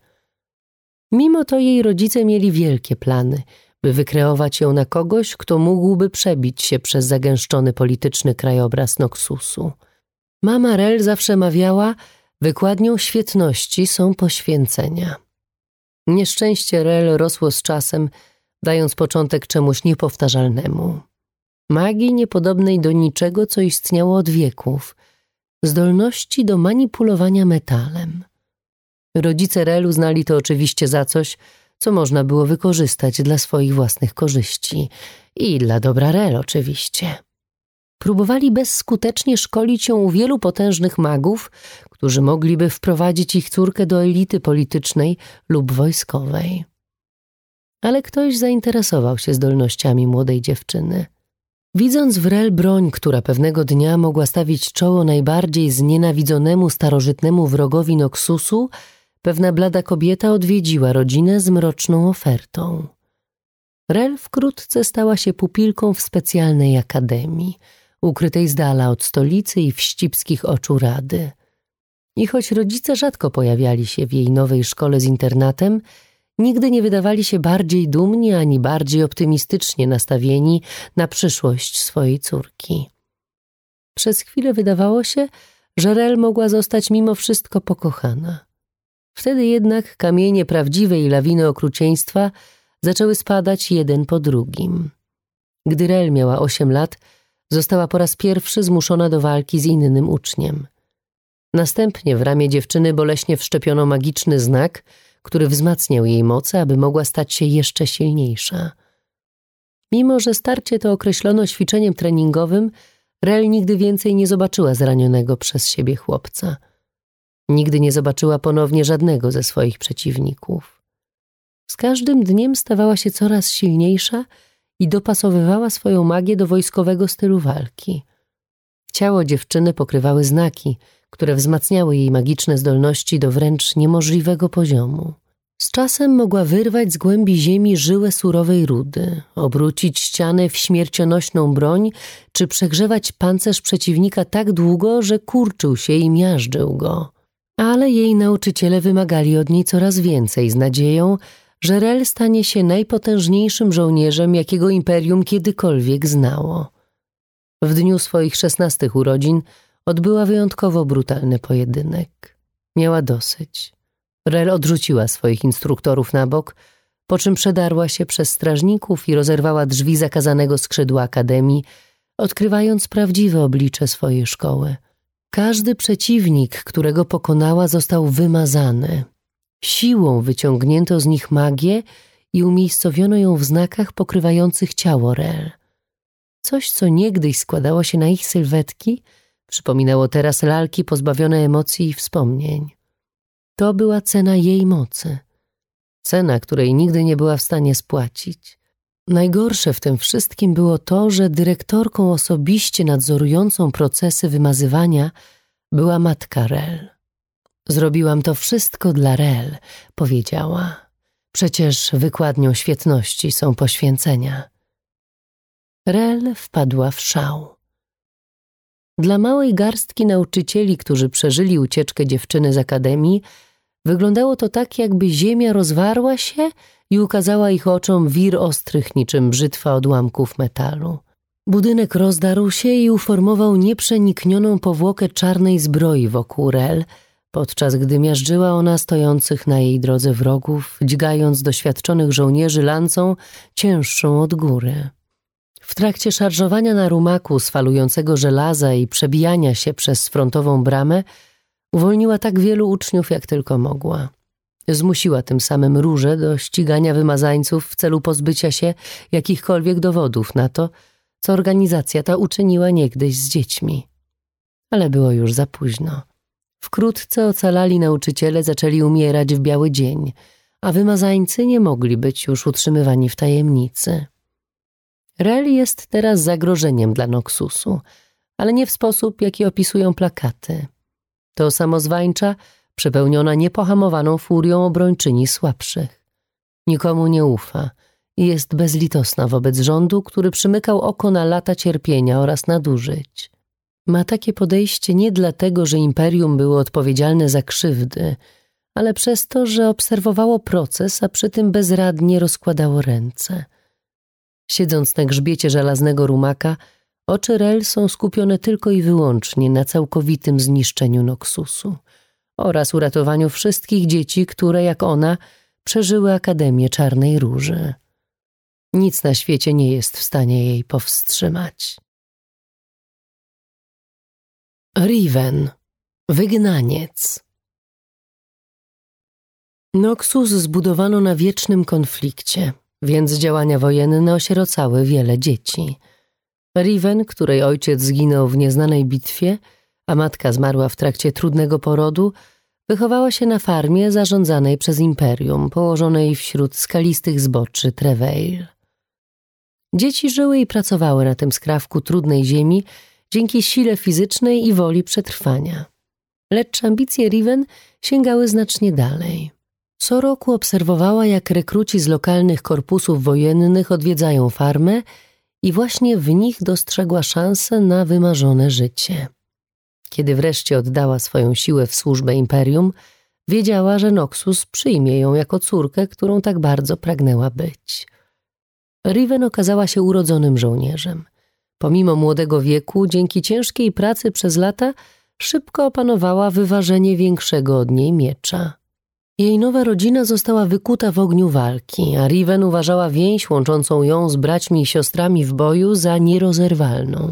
Mimo to jej rodzice mieli wielkie plany, by wykreować ją na kogoś, kto mógłby przebić się przez zagęszczony polityczny krajobraz Noxusu. Mama Rel zawsze mawiała: wykładnią świetności są poświęcenia. Nieszczęście Rel rosło z czasem, dając początek czemuś niepowtarzalnemu. Magii niepodobnej do niczego, co istniało od wieków, zdolności do manipulowania metalem. Rodzice Rel uznali to oczywiście za coś, co można było wykorzystać dla swoich własnych korzyści i dla dobra Rel oczywiście. Próbowali bezskutecznie szkolić ją u wielu potężnych magów, którzy mogliby wprowadzić ich córkę do elity politycznej lub wojskowej. Ale ktoś zainteresował się zdolnościami młodej dziewczyny. Widząc w Rel broń, która pewnego dnia mogła stawić czoło najbardziej znienawidzonemu starożytnemu wrogowi Noxusu, pewna blada kobieta odwiedziła rodzinę z mroczną ofertą. Rel wkrótce stała się pupilką w specjalnej akademii, ukrytej z dala od stolicy i wścibskich oczu rady. I choć rodzice rzadko pojawiali się w jej nowej szkole z internatem, nigdy nie wydawali się bardziej dumni ani bardziej optymistycznie nastawieni na przyszłość swojej córki. Przez chwilę wydawało się, że Rel mogła zostać mimo wszystko pokochana. Wtedy jednak kamienie prawdziwej lawiny okrucieństwa zaczęły spadać jeden po drugim. Gdy Rel miała osiem lat, została po raz pierwszy zmuszona do walki z innym uczniem. Następnie w ramię dziewczyny boleśnie wszczepiono magiczny znak, który wzmacniał jej moce, aby mogła stać się jeszcze silniejsza. Mimo że starcie to określono ćwiczeniem treningowym, Rel nigdy więcej nie zobaczyła zranionego przez siebie chłopca. Nigdy nie zobaczyła ponownie żadnego ze swoich przeciwników. Z każdym dniem stawała się coraz silniejsza i dopasowywała swoją magię do wojskowego stylu walki. Ciało dziewczyny pokrywały znaki, które wzmacniały jej magiczne zdolności do wręcz niemożliwego poziomu. Z czasem mogła wyrwać z głębi ziemi żyłę surowej rudy, obrócić ścianę w śmiercionośną broń, czy przegrzewać pancerz przeciwnika tak długo, że kurczył się i miażdżył go. Ale jej nauczyciele wymagali od niej coraz więcej z nadzieją, że Rel stanie się najpotężniejszym żołnierzem, jakiego imperium kiedykolwiek znało. W dniu swoich szesnastych urodzin odbyła wyjątkowo brutalny pojedynek. Miała dosyć. Rel odrzuciła swoich instruktorów na bok, po czym przedarła się przez strażników i rozerwała drzwi zakazanego skrzydła akademii, odkrywając prawdziwe oblicze swojej szkoły. Każdy przeciwnik, którego pokonała, został wymazany. Siłą wyciągnięto z nich magię i umiejscowiono ją w znakach pokrywających ciało Rel. Coś, co niegdyś składało się na ich sylwetki, przypominało teraz lalki pozbawione emocji i wspomnień. To była cena jej mocy. Cena, której nigdy nie była w stanie spłacić. Najgorsze w tym wszystkim było to, że dyrektorką osobiście nadzorującą procesy wymazywania była matka Rel. Zrobiłam to wszystko dla Rel, powiedziała. Przecież wykładnią świetności są poświęcenia. Rel wpadła w szał. Dla małej garstki nauczycieli, którzy przeżyli ucieczkę dziewczyny z akademii, wyglądało to tak, jakby ziemia rozwarła się i ukazała ich oczom wir ostrych niczym brzytwa odłamków metalu. Budynek rozdarł się i uformował nieprzeniknioną powłokę czarnej zbroi wokół Rel, podczas gdy miażdżyła ona stojących na jej drodze wrogów, dźgając doświadczonych żołnierzy lancą cięższą od góry. W trakcie szarżowania na rumaku z falującego żelaza i przebijania się przez frontową bramę uwolniła tak wielu uczniów, jak tylko mogła. Zmusiła tym samym Różę do ścigania wymazańców w celu pozbycia się jakichkolwiek dowodów na to, co organizacja ta uczyniła niegdyś z dziećmi. Ale było już za późno. Wkrótce ocalali nauczyciele zaczęli umierać w biały dzień, a wymazańcy nie mogli być już utrzymywani w tajemnicy. Rel jest teraz zagrożeniem dla Noxusu, ale nie w sposób, jaki opisują plakaty. To samozwańcza, przepełniona niepohamowaną furią obrończyni słabszych. Nikomu nie ufa i jest bezlitosna wobec rządu, który przymykał oko na lata cierpienia oraz nadużyć. Ma takie podejście nie dlatego, że imperium było odpowiedzialne za krzywdy, ale przez to, że obserwowało proces, a przy tym bezradnie rozkładało ręce. Siedząc na grzbiecie żelaznego rumaka, oczy Rel są skupione tylko i wyłącznie na całkowitym zniszczeniu Noxusu oraz uratowaniu wszystkich dzieci, które, jak ona, przeżyły Akademię Czarnej Róży. Nic na świecie nie jest w stanie jej powstrzymać. Riven, wygnaniec. Noxus zbudowano na wiecznym konflikcie, więc działania wojenne osierocały wiele dzieci. Riven, której ojciec zginął w nieznanej bitwie, a matka zmarła w trakcie trudnego porodu, wychowała się na farmie zarządzanej przez imperium, położonej wśród skalistych zboczy Treveil. Dzieci żyły i pracowały na tym skrawku trudnej ziemi dzięki sile fizycznej i woli przetrwania. Lecz ambicje Riven sięgały znacznie dalej. Co roku obserwowała, jak rekruci z lokalnych korpusów wojennych odwiedzają farmę i właśnie w nich dostrzegła szansę na wymarzone życie. Kiedy wreszcie oddała swoją siłę w służbę imperium, wiedziała, że Noxus przyjmie ją jako córkę, którą tak bardzo pragnęła być. Riven okazała się urodzonym żołnierzem. Pomimo młodego wieku, dzięki ciężkiej pracy przez lata, szybko opanowała wyważenie większego od niej miecza. Jej nowa rodzina została wykuta w ogniu walki, a Riven uważała więź łączącą ją z braćmi i siostrami w boju za nierozerwalną.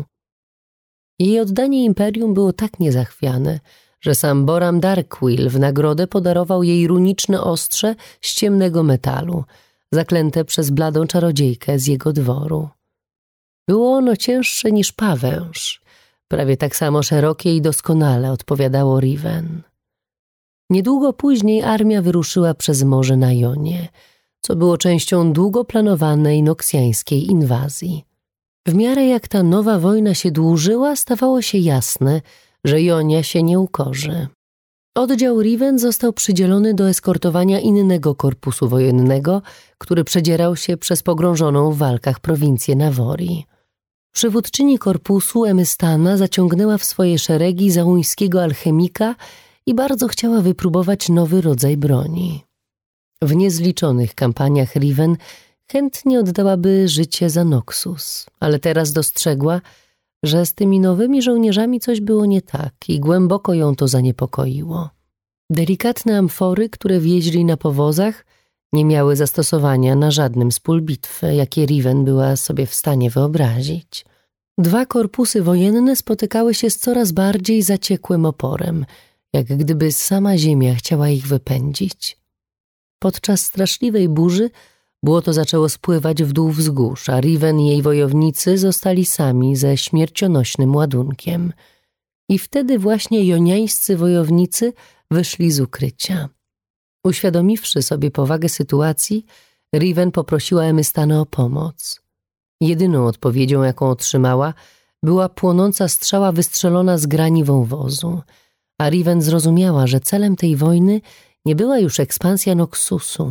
Jej oddanie imperium było tak niezachwiane, że sam Boram Darkwill w nagrodę podarował jej runiczne ostrze z ciemnego metalu, zaklęte przez bladą czarodziejkę z jego dworu. Było ono cięższe niż pawęż, prawie tak samo szerokie i doskonale odpowiadało Riven. Niedługo później armia wyruszyła przez morze na Jonie, co było częścią długo planowanej noksjańskiej inwazji. W miarę jak ta nowa wojna się dłużyła, stawało się jasne, że Jonia się nie ukorzy. Oddział Riven został przydzielony do eskortowania innego korpusu wojennego, który przedzierał się przez pogrążoną w walkach prowincję Nawori. Przywódczyni korpusu Emystana zaciągnęła w swoje szeregi załuńskiego alchemika i bardzo chciała wypróbować nowy rodzaj broni. W niezliczonych kampaniach Riven chętnie oddałaby życie za Noxus, ale teraz dostrzegła, że z tymi nowymi żołnierzami coś było nie tak i głęboko ją to zaniepokoiło. Delikatne amfory, które wieźli na powozach, nie miały zastosowania na żadnym z pól bitwy, jakie Riven była sobie w stanie wyobrazić. Dwa korpusy wojenne spotykały się z coraz bardziej zaciekłym oporem, jak gdyby sama ziemia chciała ich wypędzić. Podczas straszliwej burzy błoto zaczęło spływać w dół wzgórz, a Riven i jej wojownicy zostali sami ze śmiercionośnym ładunkiem. I wtedy właśnie joniańscy wojownicy wyszli z ukrycia. Uświadomiwszy sobie powagę sytuacji, Riven poprosiła Emystana o pomoc. Jedyną odpowiedzią, jaką otrzymała, była płonąca strzała wystrzelona z grani wąwozu, a Riven zrozumiała, że celem tej wojny nie była już ekspansja Noxusu.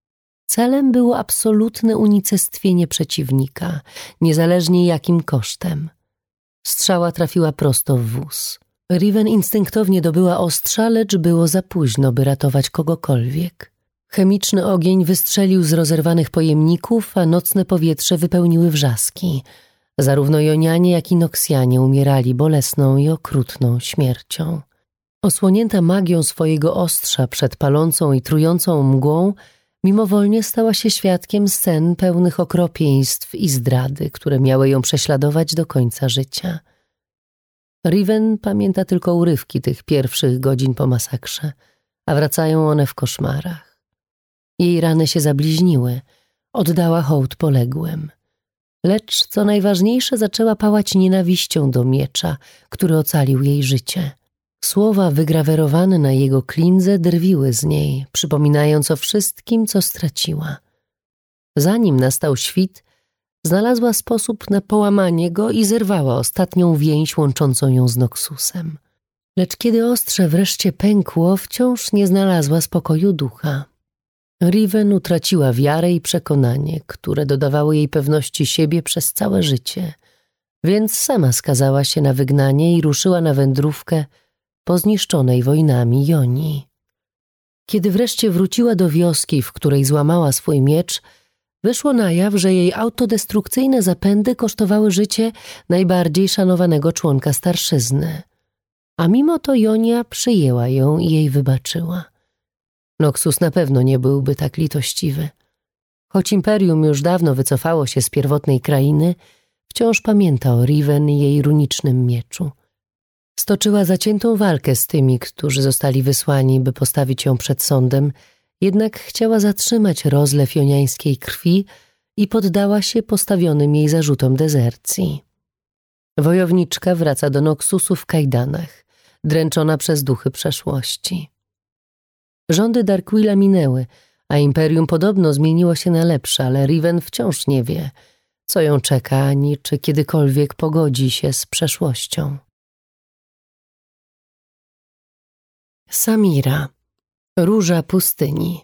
Celem było absolutne unicestwienie przeciwnika, niezależnie jakim kosztem. Strzała trafiła prosto w wóz. Riven instynktownie dobyła ostrza, lecz było za późno, by ratować kogokolwiek. Chemiczny ogień wystrzelił z rozerwanych pojemników, a nocne powietrze wypełniły wrzaski. Zarówno Jonianie, jak i Noksjanie umierali bolesną i okrutną śmiercią. Osłonięta magią swojego ostrza przed palącą i trującą mgłą, mimowolnie stała się świadkiem scen pełnych okropieństw i zdrady, które miały ją prześladować do końca życia. Riven pamięta tylko urywki tych pierwszych godzin po masakrze, a wracają one w koszmarach. Jej rany się zabliźniły, oddała hołd poległym. Lecz, co najważniejsze, zaczęła pałać nienawiścią do miecza, który ocalił jej życie. Słowa wygrawerowane na jego klindze drwiły z niej, przypominając o wszystkim, co straciła. Zanim nastał świt, znalazła sposób na połamanie go i zerwała ostatnią więź łączącą ją z Noxusem. Lecz kiedy ostrze wreszcie pękło, wciąż nie znalazła spokoju ducha. Riven utraciła wiarę i przekonanie, które dodawały jej pewności siebie przez całe życie, więc sama skazała się na wygnanie i ruszyła na wędrówkę po zniszczonej wojnami Jonii. Kiedy wreszcie wróciła do wioski, w której złamała swój miecz, wyszło na jaw, że jej autodestrukcyjne zapędy kosztowały życie najbardziej szanowanego członka starszyzny. A mimo to Jonia przyjęła ją i jej wybaczyła. Noxus na pewno nie byłby tak litościwy. Choć imperium już dawno wycofało się z pierwotnej krainy, wciąż pamięta o Riven i jej runicznym mieczu. Stoczyła zaciętą walkę z tymi, którzy zostali wysłani, by postawić ją przed sądem, jednak chciała zatrzymać rozlew joniańskiej krwi i poddała się postawionym jej zarzutom dezercji. Wojowniczka wraca do Noxusu w kajdanach, dręczona przez duchy przeszłości. Rządy Darkwilla minęły, a imperium podobno zmieniło się na lepsze, ale Riven wciąż nie wie, co ją czeka, ani czy kiedykolwiek pogodzi się z przeszłością. Samira, róża pustyni.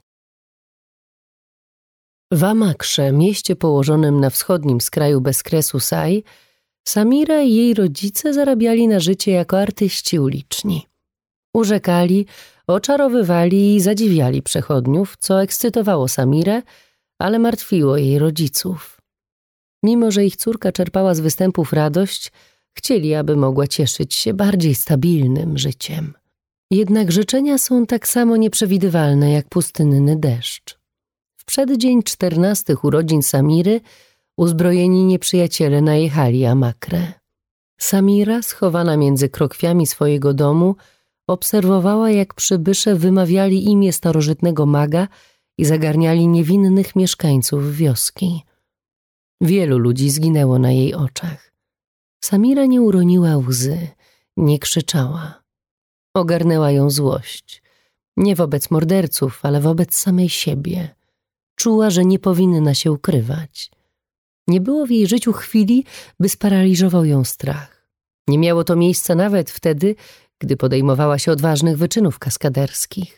W Amakrze, mieście położonym na wschodnim skraju bezkresu Sai, Samira i jej rodzice zarabiali na życie jako artyści uliczni. Urzekali, oczarowywali i zadziwiali przechodniów, co ekscytowało Samirę, ale martwiło jej rodziców. Mimo że ich córka czerpała z występów radość, chcieli, aby mogła cieszyć się bardziej stabilnym życiem. Jednak życzenia są tak samo nieprzewidywalne jak pustynny deszcz. W przeddzień czternastych urodzin Samiry uzbrojeni nieprzyjaciele najechali Amakrę. Samira, schowana między krokwiami swojego domu, obserwowała, jak przybysze wymawiali imię starożytnego maga i zagarniali niewinnych mieszkańców wioski. Wielu ludzi zginęło na jej oczach. Samira nie uroniła łzy, nie krzyczała. Ogarnęła ją złość. Nie wobec morderców, ale wobec samej siebie. Czuła, że nie powinna się ukrywać. Nie było w jej życiu chwili, by sparaliżował ją strach. Nie miało to miejsca nawet wtedy, gdy podejmowała się odważnych wyczynów kaskaderskich.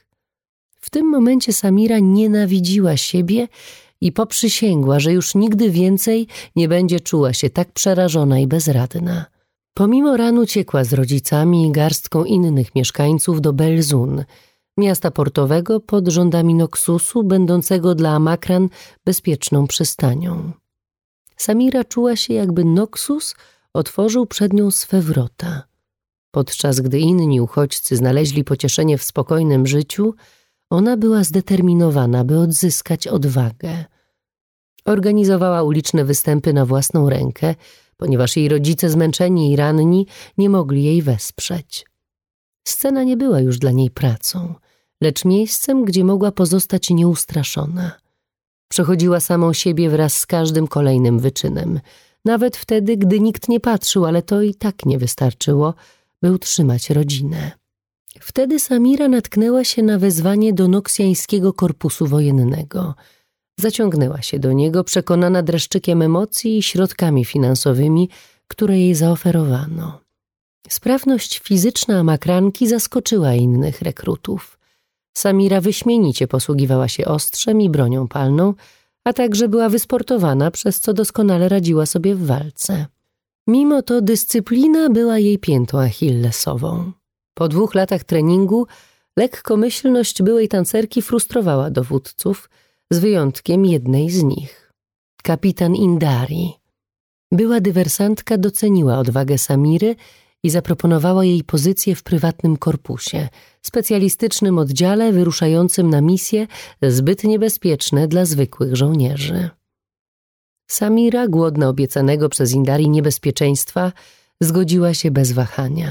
W tym momencie Samira nienawidziła siebie i poprzysięgła, że już nigdy więcej nie będzie czuła się tak przerażona i bezradna. Pomimo ran uciekła z rodzicami i garstką innych mieszkańców do Belzun, miasta portowego pod rządami Noxusu, będącego dla Amakran bezpieczną przystanią. Samira czuła się, jakby Noxus otworzył przed nią swe wrota. Podczas gdy inni uchodźcy znaleźli pocieszenie w spokojnym życiu, ona była zdeterminowana, by odzyskać odwagę. Organizowała uliczne występy na własną rękę, ponieważ jej rodzice, zmęczeni i ranni, nie mogli jej wesprzeć. Scena nie była już dla niej pracą, lecz miejscem, gdzie mogła pozostać nieustraszona. Przechodziła samą siebie wraz z każdym kolejnym wyczynem, nawet wtedy, gdy nikt nie patrzył, ale to i tak nie wystarczyło, by utrzymać rodzinę. Wtedy Samira natknęła się na wezwanie do noksjańskiego korpusu wojennego. Zaciągnęła się do niego, przekonana dreszczykiem emocji i środkami finansowymi, które jej zaoferowano. Sprawność fizyczna Amakranki zaskoczyła innych rekrutów. Samira wyśmienicie posługiwała się ostrzem i bronią palną, a także była wysportowana, przez co doskonale radziła sobie w walce. Mimo to dyscyplina była jej piętą achillesową. Po dwóch latach treningu lekkomyślność byłej tancerki frustrowała dowódców, z wyjątkiem jednej z nich. Kapitan Indari. Była dywersantka doceniła odwagę Samiry i zaproponowała jej pozycję w prywatnym korpusie, specjalistycznym oddziale wyruszającym na misje zbyt niebezpieczne dla zwykłych żołnierzy. Samira, głodna obiecanego przez Indari niebezpieczeństwa, zgodziła się bez wahania.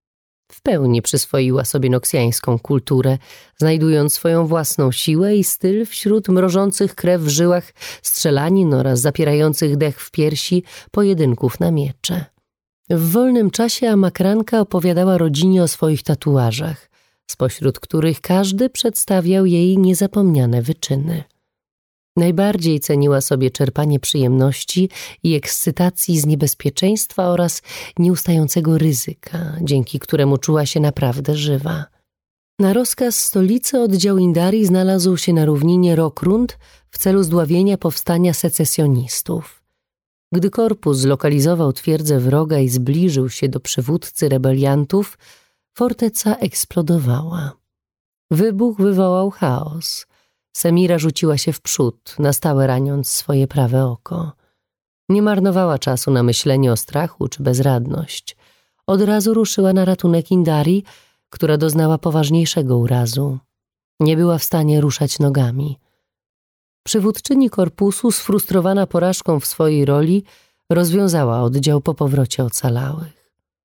W pełni przyswoiła sobie noksjańską kulturę, znajdując swoją własną siłę i styl wśród mrożących krew w żyłach strzelanin oraz zapierających dech w piersi pojedynków na miecze. W wolnym czasie Amakranka opowiadała rodzinie o swoich tatuażach, spośród których każdy przedstawiał jej niezapomniane wyczyny. Najbardziej ceniła sobie czerpanie przyjemności i ekscytacji z niebezpieczeństwa oraz nieustającego ryzyka, dzięki któremu czuła się naprawdę żywa. Na rozkaz stolicy oddział Indari znalazł się na równinie Rokrund w celu zdławienia powstania secesjonistów. Gdy korpus zlokalizował twierdzę wroga i zbliżył się do przywódcy rebeliantów, forteca eksplodowała. Wybuch wywołał chaos. Samira rzuciła się w przód, na stałe raniąc swoje prawe oko. Nie marnowała czasu na myślenie o strachu czy bezradność. Od razu ruszyła na ratunek Indari, która doznała poważniejszego urazu. Nie była w stanie ruszać nogami. Przywódczyni korpusu, sfrustrowana porażką w swojej roli, rozwiązała oddział po powrocie ocalałych.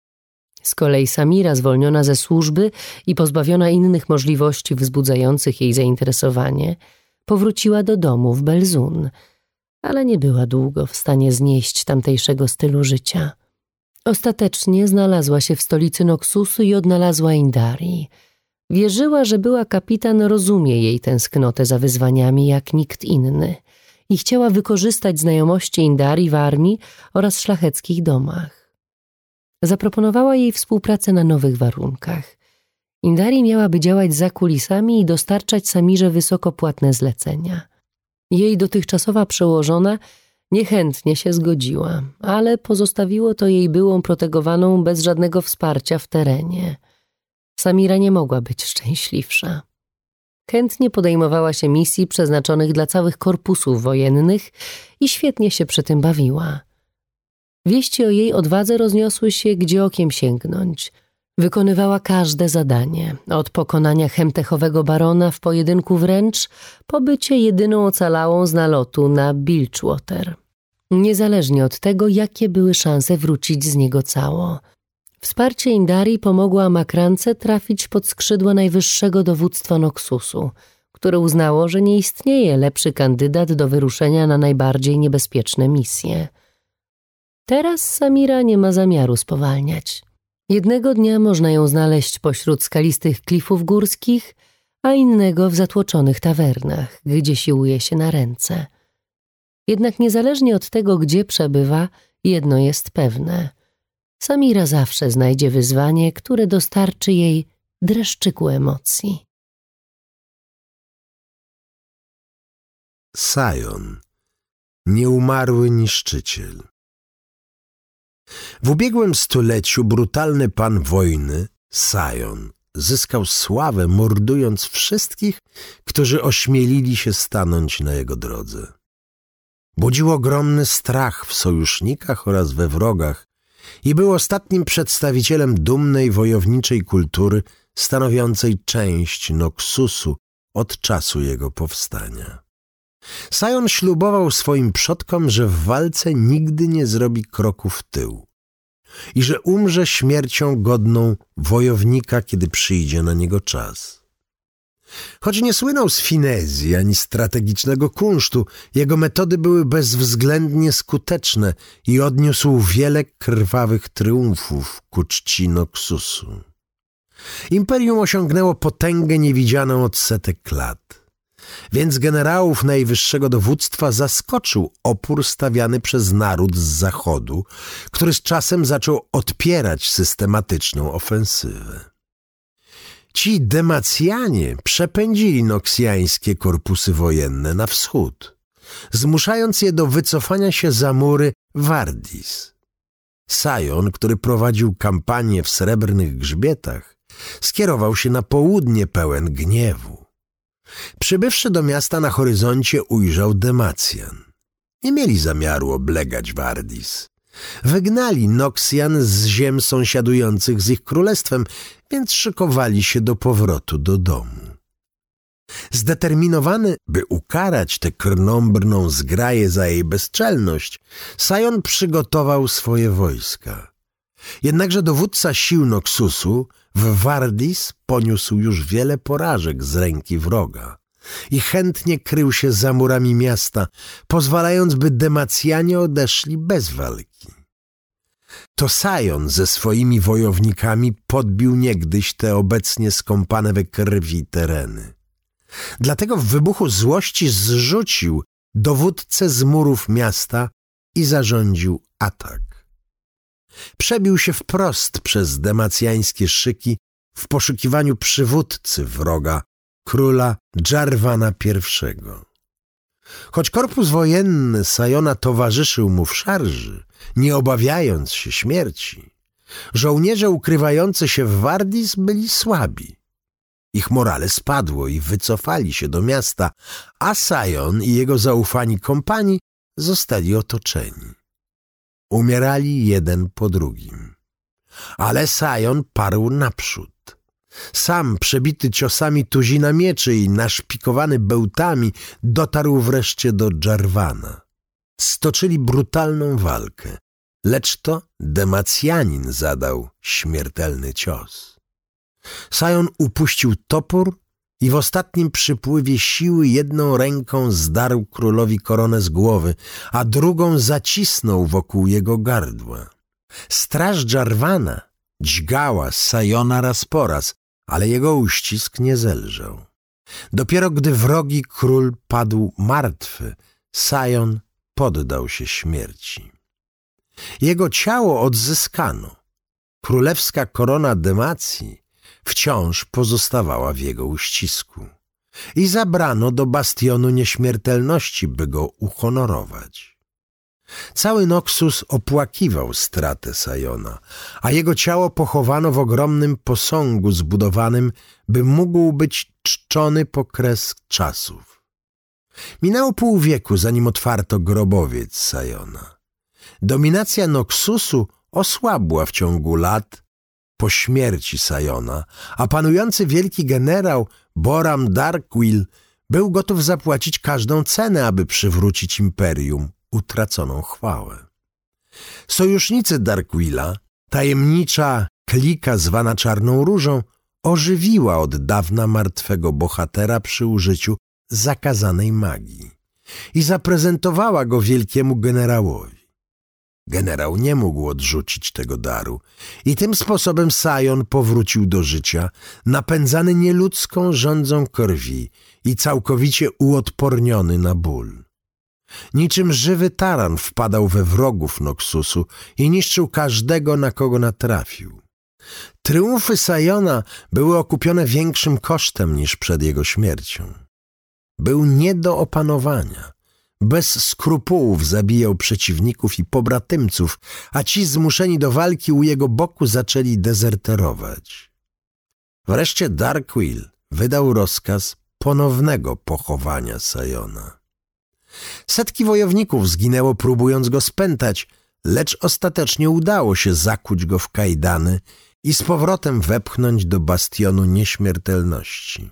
Z kolei Samira, zwolniona ze służby i pozbawiona innych możliwości wzbudzających jej zainteresowanie, powróciła do domu w Belzun, ale nie była długo w stanie znieść tamtejszego stylu życia. Ostatecznie znalazła się w stolicy Noxusu i odnalazła Indari. Wierzyła, że była kapitan rozumie jej tęsknotę za wyzwaniami jak nikt inny i chciała wykorzystać znajomości Indari w armii oraz szlacheckich domach. Zaproponowała jej współpracę na nowych warunkach. Indari miałaby działać za kulisami i dostarczać Samirze wysoko płatne zlecenia. Jej dotychczasowa przełożona niechętnie się zgodziła, ale pozostawiło to jej byłą protegowaną bez żadnego wsparcia w terenie. Samira nie mogła być szczęśliwsza. Chętnie podejmowała się misji przeznaczonych dla całych korpusów wojennych i świetnie się przy tym bawiła. Wieści o jej odwadze rozniosły się, gdzie okiem sięgnąć. Wykonywała każde zadanie, od pokonania chemtechowego barona w pojedynku wręcz, po bycie jedyną ocalałą z nalotu na Bilgewater. Niezależnie od tego, jakie były szanse wrócić z niego cało. Wsparcie Indarii pomogło Amakrance trafić pod skrzydła najwyższego dowództwa Noxusu, które uznało, że nie istnieje lepszy kandydat do wyruszenia na najbardziej niebezpieczne misje. Teraz Samira nie ma zamiaru spowalniać. Jednego dnia można ją znaleźć pośród skalistych klifów górskich, a innego w zatłoczonych tawernach, gdzie siłuje się na ręce. Jednak niezależnie od tego, gdzie przebywa, jedno jest pewne. Samira zawsze znajdzie wyzwanie, które dostarczy jej dreszczyku emocji. Sion, nieumarły niszczyciel. W ubiegłym stuleciu brutalny pan wojny, Sion, zyskał sławę, mordując wszystkich, którzy ośmielili się stanąć na jego drodze. Budził ogromny strach w sojusznikach oraz we wrogach i był ostatnim przedstawicielem dumnej wojowniczej kultury stanowiącej część Noxusu od czasu jego powstania. Sion ślubował swoim przodkom, że w walce nigdy nie zrobi kroku w tył i że umrze śmiercią godną wojownika, kiedy przyjdzie na niego czas. Choć nie słynął z finezji ani strategicznego kunsztu, jego metody były bezwzględnie skuteczne i odniósł wiele krwawych triumfów ku czci Noxusu. Imperium osiągnęło potęgę niewidzianą od setek lat, więc generałów najwyższego dowództwa zaskoczył opór stawiany przez naród z zachodu, który z czasem zaczął odpierać systematyczną ofensywę. Ci Demacjanie przepędzili noksjańskie korpusy wojenne na wschód, zmuszając je do wycofania się za mury Vardis. Sion, który prowadził kampanię w Srebrnych Grzbietach, skierował się na południe pełen gniewu. Przybywszy do miasta, na horyzoncie ujrzał Demacjan. Nie mieli zamiaru oblegać Vardis. Wygnali Noksjan z ziem sąsiadujących z ich królestwem, więc szykowali się do powrotu do domu. Zdeterminowany, by ukarać tę krnąbrną zgraję za jej bezczelność, Sion przygotował swoje wojska. Jednakże dowódca sił Noxusu w Vardis poniósł już wiele porażek z ręki wroga i chętnie krył się za murami miasta, pozwalając, by Demacjanie odeszli bez walki. To Sion ze swoimi wojownikami podbił niegdyś te obecnie skąpane we krwi tereny. Dlatego w wybuchu złości zrzucił dowódcę z murów miasta i zarządził atak. Przebił się wprost przez demacjańskie szyki w poszukiwaniu przywódcy wroga, króla Dżarwana pierwszego. Choć korpus wojenny Siona towarzyszył mu w szarży, nie obawiając się śmierci, żołnierze ukrywający się w Vardis byli słabi. Ich morale spadło i wycofali się do miasta, a Sion i jego zaufani kompani zostali otoczeni. Umierali jeden po drugim. Ale Sion parł naprzód. Sam, przebity ciosami tuzina mieczy i naszpikowany bełtami, dotarł wreszcie do Dżarwana. Stoczyli brutalną walkę, lecz to Demacjanin zadał śmiertelny cios. Sion upuścił topór i w ostatnim przypływie siły jedną ręką zdarł królowi koronę z głowy, a drugą zacisnął wokół jego gardła. Straż Dżarwana dźgała z Siona raz po raz, ale jego uścisk nie zelżał. Dopiero gdy wrogi król padł martwy, Sion poddał się śmierci. Jego ciało odzyskano. Królewska korona Demacji wciąż pozostawała w jego uścisku i zabrano do bastionu nieśmiertelności, by go uhonorować. Cały Noxus opłakiwał stratę Siona, a jego ciało pochowano w ogromnym posągu zbudowanym, by mógł być czczony po kres czasów. Minęło pół wieku, zanim otwarto grobowiec Siona. Dominacja Noxusu osłabła w ciągu lat, po śmierci Sayona, a panujący wielki generał Boram Darkwill był gotów zapłacić każdą cenę, aby przywrócić imperium utraconą chwałę. Sojusznicy Darkwilla, tajemnicza klika zwana Czarną Różą, ożywiła od dawna martwego bohatera przy użyciu zakazanej magii i zaprezentowała go wielkiemu generałowi. Generał nie mógł odrzucić tego daru i tym sposobem Sajon powrócił do życia, napędzany nieludzką żądzą krwi i całkowicie uodporniony na ból. Niczym żywy taran wpadał we wrogów Noxusu i niszczył każdego, na kogo natrafił. Triumfy Sayona były okupione większym kosztem niż przed jego śmiercią. Był nie do opanowania. Bez skrupułów zabijał przeciwników i pobratymców, a ci zmuszeni do walki u jego boku zaczęli dezerterować. Wreszcie Darkwill wydał rozkaz ponownego pochowania Sayona. Setki wojowników zginęło, próbując go spętać, lecz ostatecznie udało się zakuć go w kajdany i z powrotem wepchnąć do bastionu nieśmiertelności.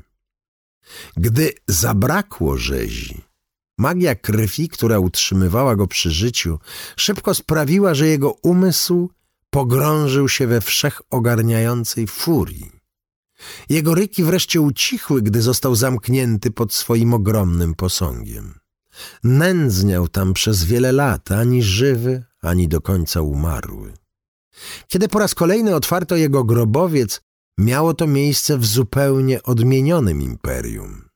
Gdy zabrakło rzezi, magia krwi, która utrzymywała go przy życiu, szybko sprawiła, że jego umysł pogrążył się we wszechogarniającej furii. Jego ryki wreszcie ucichły, gdy został zamknięty pod swoim ogromnym posągiem. Nędzniał tam przez wiele lat, ani żywy, ani do końca umarły. Kiedy po raz kolejny otwarto jego grobowiec, miało to miejsce w zupełnie odmienionym imperium.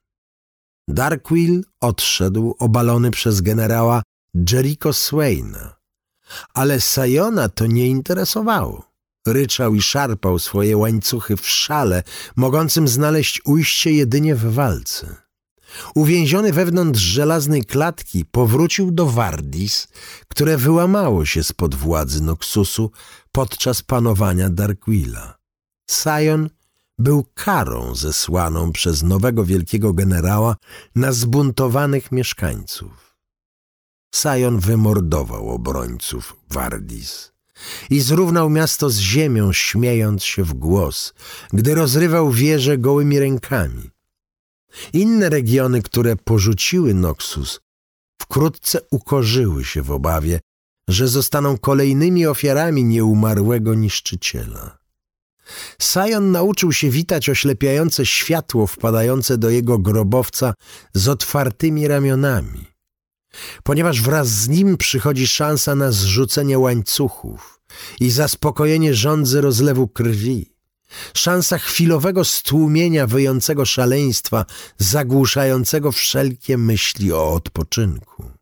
Darkwill odszedł obalony przez generała Jericho Swaina, ale Sayona to nie interesowało. Ryczał i szarpał swoje łańcuchy w szale, mogącym znaleźć ujście jedynie w walce. Uwięziony wewnątrz żelaznej klatki, powrócił do Vardis, które wyłamało się spod władzy Noxusu podczas panowania Darkwilla. Sajon był karą zesłaną przez nowego wielkiego generała na zbuntowanych mieszkańców. Sajon wymordował obrońców Vardis i zrównał miasto z ziemią, śmiejąc się w głos, gdy rozrywał wieże gołymi rękami. Inne regiony, które porzuciły Noxus, wkrótce ukorzyły się w obawie, że zostaną kolejnymi ofiarami nieumarłego niszczyciela. Sajon nauczył się witać oślepiające światło wpadające do jego grobowca z otwartymi ramionami, ponieważ wraz z nim przychodzi szansa na zrzucenie łańcuchów i zaspokojenie żądzy rozlewu krwi, szansa chwilowego stłumienia wyjącego szaleństwa, zagłuszającego wszelkie myśli o odpoczynku.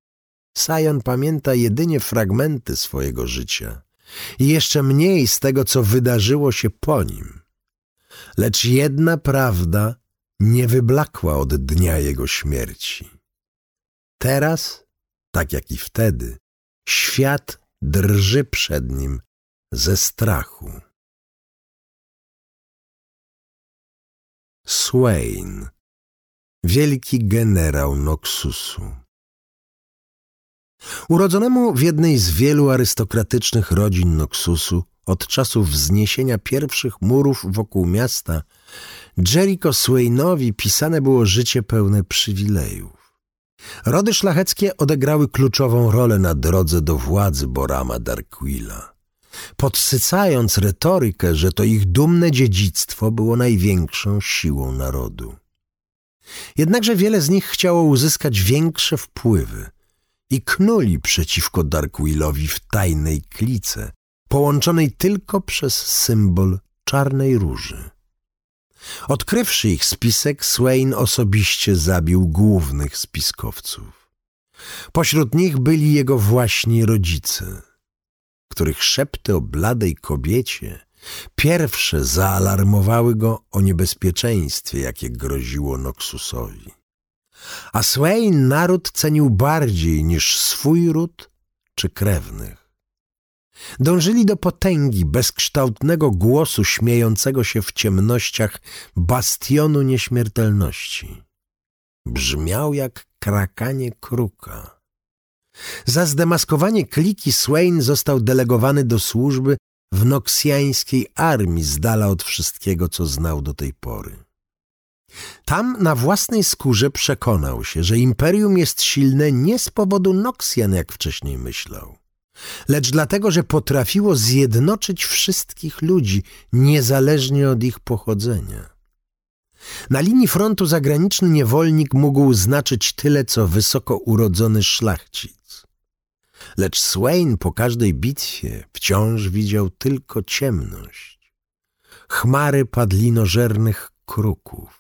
Sajon pamięta jedynie fragmenty swojego życia i jeszcze mniej z tego, co wydarzyło się po nim. Lecz jedna prawda nie wyblakła od dnia jego śmierci. Teraz, tak jak i wtedy, świat drży przed nim ze strachu. Swain, wielki generał Noxusu. Urodzonemu w jednej z wielu arystokratycznych rodzin Noxusu od czasów wzniesienia pierwszych murów wokół miasta, Jericho Swainowi pisane było życie pełne przywilejów. Rody szlacheckie odegrały kluczową rolę na drodze do władzy Borama Darkwilla, podsycając retorykę, że to ich dumne dziedzictwo było największą siłą narodu. Jednakże wiele z nich chciało uzyskać większe wpływy i knuli przeciwko Darkwillowi w tajnej klice, połączonej tylko przez symbol Czarnej Róży. Odkrywszy ich spisek, Swain osobiście zabił głównych spiskowców. Pośród nich byli jego właśnie rodzice, których szepty o bladej kobiecie pierwsze zaalarmowały go o niebezpieczeństwie, jakie groziło Noxusowi. A Swain naród cenił bardziej niż swój ród czy krewnych. Dążyli do potęgi bezkształtnego głosu śmiejącego się w ciemnościach bastionu nieśmiertelności. Brzmiał jak krakanie kruka. Za zdemaskowanie kliki Swain został delegowany do służby w noksjańskiej armii z dala od wszystkiego, co znał do tej pory. Tam na własnej skórze przekonał się, że imperium jest silne nie z powodu Noksjan, jak wcześniej myślał, lecz dlatego, że potrafiło zjednoczyć wszystkich ludzi, niezależnie od ich pochodzenia. Na linii frontu zagraniczny niewolnik mógł znaczyć tyle, co wysoko urodzony szlachcic. Lecz Swain po każdej bitwie wciąż widział tylko ciemność, chmary padlinożernych kruków.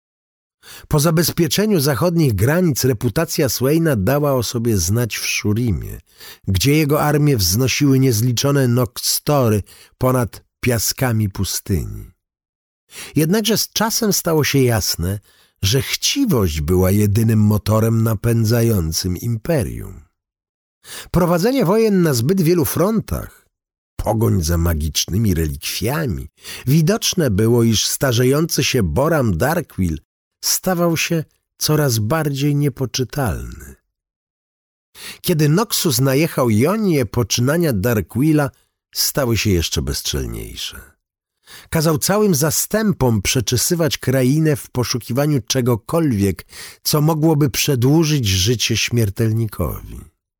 Po zabezpieczeniu zachodnich granic reputacja Swaina dała o sobie znać w Szurimie, gdzie jego armie wznosiły niezliczone Noxtory ponad piaskami pustyni. Jednakże z czasem stało się jasne, że chciwość była jedynym motorem napędzającym imperium. Prowadzenie wojen na zbyt wielu frontach, pogoń za magicznymi relikwiami, widoczne było, iż starzejący się Boram Darkwill stawał się coraz bardziej niepoczytalny. Kiedy Noxus najechał Jonię, poczynania Darkwilla stały się jeszcze bezczelniejsze. Kazał całym zastępom przeczesywać krainę w poszukiwaniu czegokolwiek, co mogłoby przedłużyć życie śmiertelnikowi.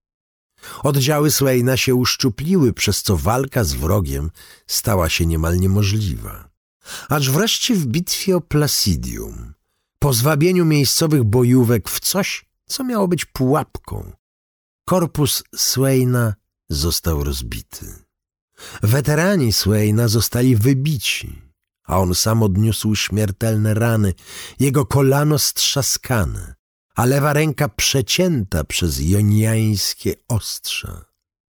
Oddziały Swaina się uszczupliły, przez co walka z wrogiem stała się niemal niemożliwa. Aż wreszcie w bitwie o Placidium, po zwabieniu miejscowych bojówek w coś, co miało być pułapką, korpus Swaina został rozbity. Weterani Swaina zostali wybici, a on sam odniósł śmiertelne rany, jego kolano strzaskane, a lewa ręka przecięta przez joniańskie ostrza.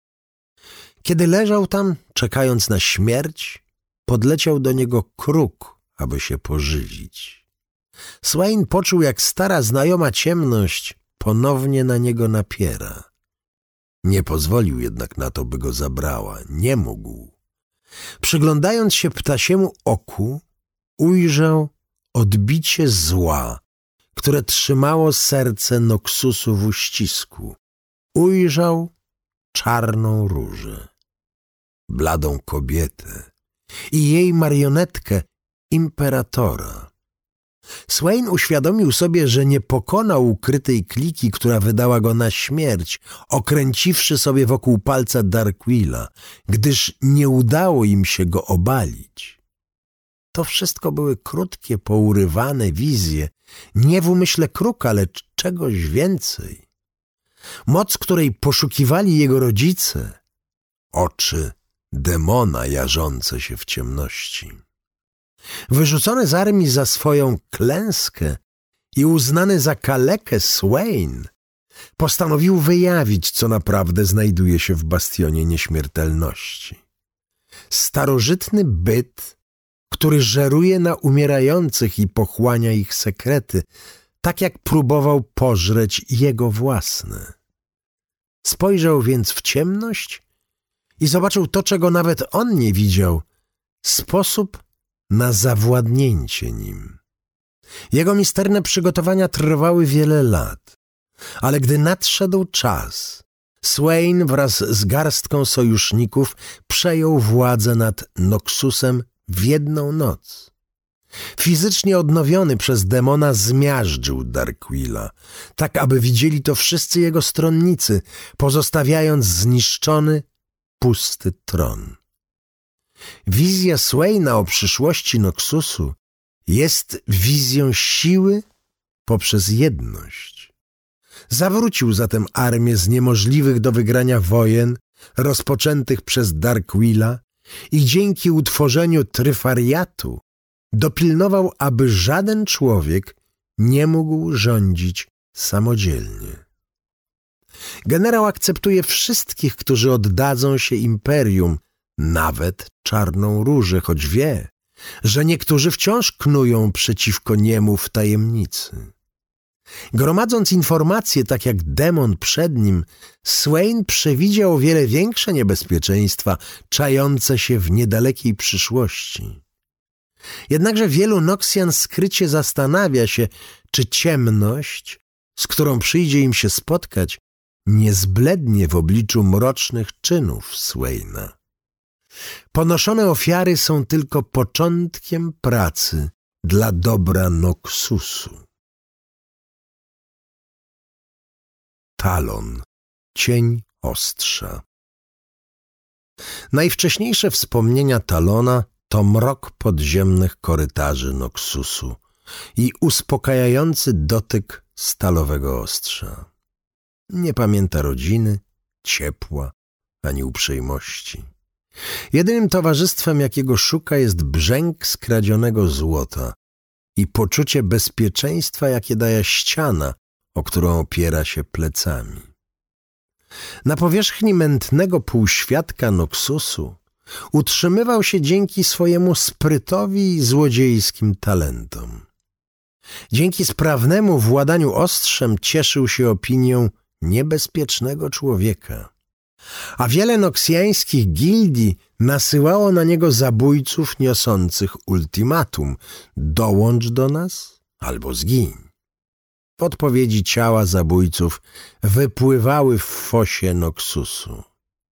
Kiedy leżał tam, czekając na śmierć, podleciał do niego kruk, aby się pożywić. Swain poczuł, jak stara znajoma ciemność ponownie na niego napiera. Nie pozwolił jednak na to, by go zabrała. Nie mógł. Przyglądając się ptasiemu oku, ujrzał odbicie zła, które trzymało serce Noxusu w uścisku. Ujrzał czarną różę, bladą kobietę i jej marionetkę, imperatora. Swain uświadomił sobie, że nie pokonał ukrytej kliki, która wydała go na śmierć, okręciwszy sobie wokół palca Darkwilla, gdyż nie udało im się go obalić. To wszystko były krótkie, pourywane wizje, nie w umyśle kruka, lecz czegoś więcej. Moc, której poszukiwali jego rodzice, oczy demona jarzące się w ciemności. Wyrzucony z armii za swoją klęskę i uznany za kalekę Swain postanowił wyjawić, co naprawdę znajduje się w bastionie nieśmiertelności. Starożytny byt, który żeruje na umierających i pochłania ich sekrety, tak jak próbował pożreć jego własne. Spojrzał więc w ciemność i zobaczył to, czego nawet on nie widział, sposób na zawładnięcie nim. Jego misterne przygotowania trwały wiele lat, ale gdy nadszedł czas, Swain wraz z garstką sojuszników przejął władzę nad Noxusem w jedną noc. Fizycznie odnowiony przez demona zmiażdżył Darkwilla, tak aby widzieli to wszyscy jego stronnicy, pozostawiając zniszczony, pusty tron. Wizja Swaina o przyszłości Noxusu jest wizją siły poprzez jedność. Zawrócił zatem armię z niemożliwych do wygrania wojen rozpoczętych przez Darkwilla i dzięki utworzeniu tryfariatu dopilnował, aby żaden człowiek nie mógł rządzić samodzielnie. Generał akceptuje wszystkich, którzy oddadzą się imperium, nawet Czarną Różę, choć wie, że niektórzy wciąż knują przeciwko niemu w tajemnicy. Gromadząc informacje, tak jak demon przed nim, Swain przewidział o wiele większe niebezpieczeństwa czające się w niedalekiej przyszłości. Jednakże wielu Noksjan skrycie zastanawia się, czy ciemność, z którą przyjdzie im się spotkać, nie zblednie w obliczu mrocznych czynów Swaina. Ponoszone ofiary są tylko początkiem pracy dla dobra Noxusu. Talon, cień ostrza. Najwcześniejsze wspomnienia Talona to mrok podziemnych korytarzy Noxusu i uspokajający dotyk stalowego ostrza. Nie pamięta rodziny, ciepła ani uprzejmości. Jedynym towarzystwem, jakiego szuka, jest brzęk skradzionego złota i poczucie bezpieczeństwa, jakie daje ściana, o którą opiera się plecami. Na powierzchni mętnego półświadka Noxusu utrzymywał się dzięki swojemu sprytowi i złodziejskim talentom. Dzięki sprawnemu władaniu ostrzem cieszył się opinią niebezpiecznego człowieka, a wiele noksjańskich gildii nasyłało na niego zabójców niosących ultimatum: dołącz do nas albo zgiń. W odpowiedzi ciała zabójców wypływały w fosie Noxusu.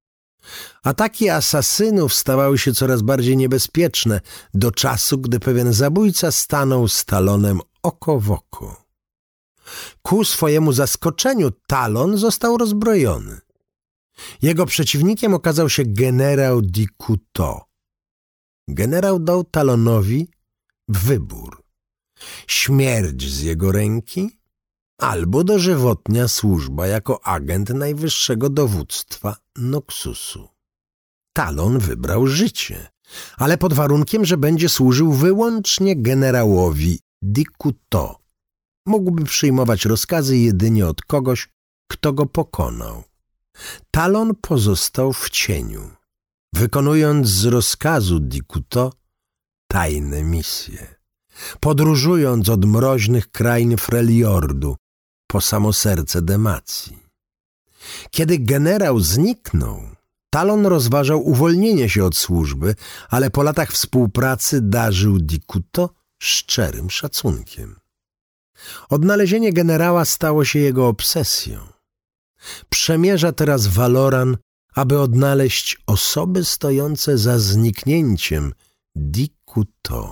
Ataki asasynów stawały się coraz bardziej niebezpieczne do czasu, gdy pewien zabójca stanął z Talonem oko w oko. Ku swojemu zaskoczeniu Talon został rozbrojony. Jego przeciwnikiem okazał się generał Dikuto. Generał dał Talonowi wybór: śmierć z jego ręki albo dożywotnia służba jako agent najwyższego dowództwa Noxusu. Talon wybrał życie, ale pod warunkiem, że będzie służył wyłącznie generałowi Dikuto. Mógłby przyjmować rozkazy jedynie od kogoś, kto go pokonał. Talon pozostał w cieniu, wykonując z rozkazu Dikuto tajne misje, podróżując od mroźnych krain Freljordu po samo serce Demacji. Kiedy generał zniknął, Talon rozważał uwolnienie się od służby, ale po latach współpracy darzył Dikuto szczerym szacunkiem. Odnalezienie generała stało się jego obsesją. Przemierza teraz Valoran, aby odnaleźć osoby stojące za zniknięciem Dikuto.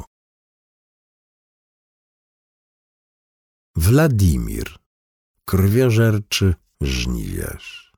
Wladimir, krwiożerczy żniwiarz.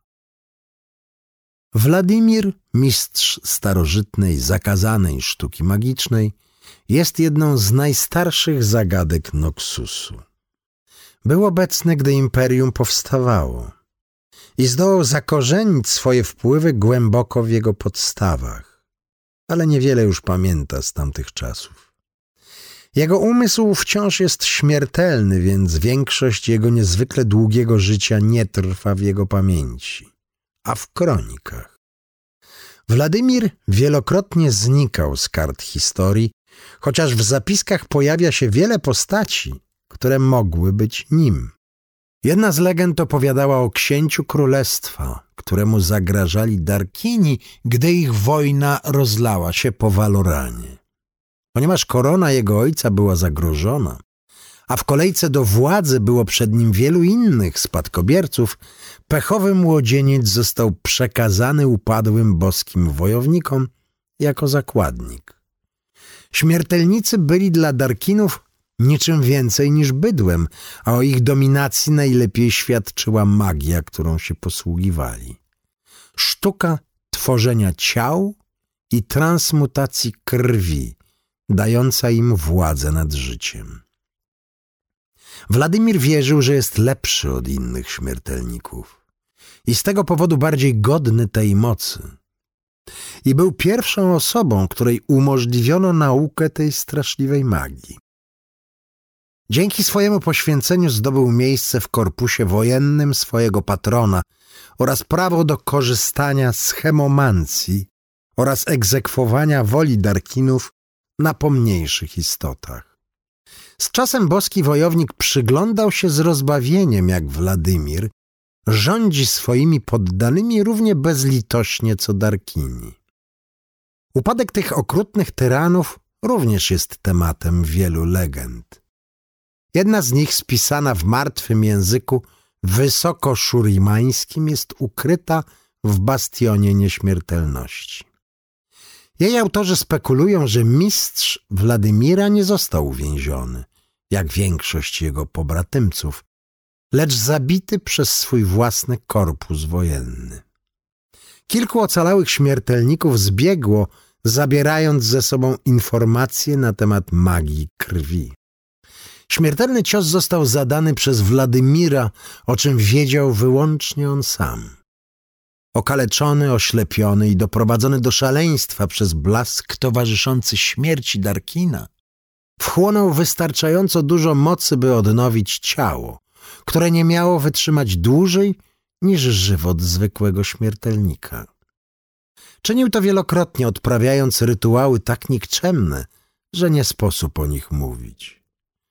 Wladimir, mistrz starożytnej, zakazanej sztuki magicznej, jest jedną z najstarszych zagadek Noxusu. Był obecny, gdy imperium powstawało i zdołał zakorzenić swoje wpływy głęboko w jego podstawach, ale niewiele już pamięta z tamtych czasów. Jego umysł wciąż jest śmiertelny, więc większość jego niezwykle długiego życia nie trwa w jego pamięci, a w kronikach. Wladimir wielokrotnie znikał z kart historii, chociaż w zapiskach pojawia się wiele postaci, które mogły być nim. Jedna z legend opowiadała o księciu królestwa, któremu zagrażali Darkini, gdy ich wojna rozlała się po Valoranie. Ponieważ korona jego ojca była zagrożona, a w kolejce do władzy było przed nim wielu innych spadkobierców, pechowy młodzieniec został przekazany upadłym boskim wojownikom jako zakładnik. Śmiertelnicy byli dla Darkinów niczym więcej niż bydłem, a o ich dominacji najlepiej świadczyła magia, którą się posługiwali. Sztuka tworzenia ciał i transmutacji krwi, dająca im władzę nad życiem. Wladimir wierzył, że jest lepszy od innych śmiertelników i z tego powodu bardziej godny tej mocy. I był pierwszą osobą, której umożliwiono naukę tej straszliwej magii. Dzięki swojemu poświęceniu zdobył miejsce w korpusie wojennym swojego patrona oraz prawo do korzystania z chemomancji oraz egzekwowania woli Darkinów na pomniejszych istotach. Z czasem boski wojownik przyglądał się z rozbawieniem, jak Wladimir rządzi swoimi poddanymi równie bezlitośnie co Darkini. Upadek tych okrutnych tyranów również jest tematem wielu legend. Jedna z nich, spisana w martwym języku wysoko-szurimańskim, jest ukryta w bastionie nieśmiertelności. Jej autorzy spekulują, że mistrz Władimira nie został uwięziony, jak większość jego pobratymców, lecz zabity przez swój własny korpus wojenny. Kilku ocalałych śmiertelników zbiegło, zabierając ze sobą informacje na temat magii krwi. Śmiertelny cios został zadany przez Władimira, o czym wiedział wyłącznie on sam. Okaleczony, oślepiony i doprowadzony do szaleństwa przez blask towarzyszący śmierci Darkina, wchłonął wystarczająco dużo mocy, by odnowić ciało, które nie miało wytrzymać dłużej niż żywot zwykłego śmiertelnika. Czynił to wielokrotnie, odprawiając rytuały tak nikczemne, że nie sposób o nich mówić.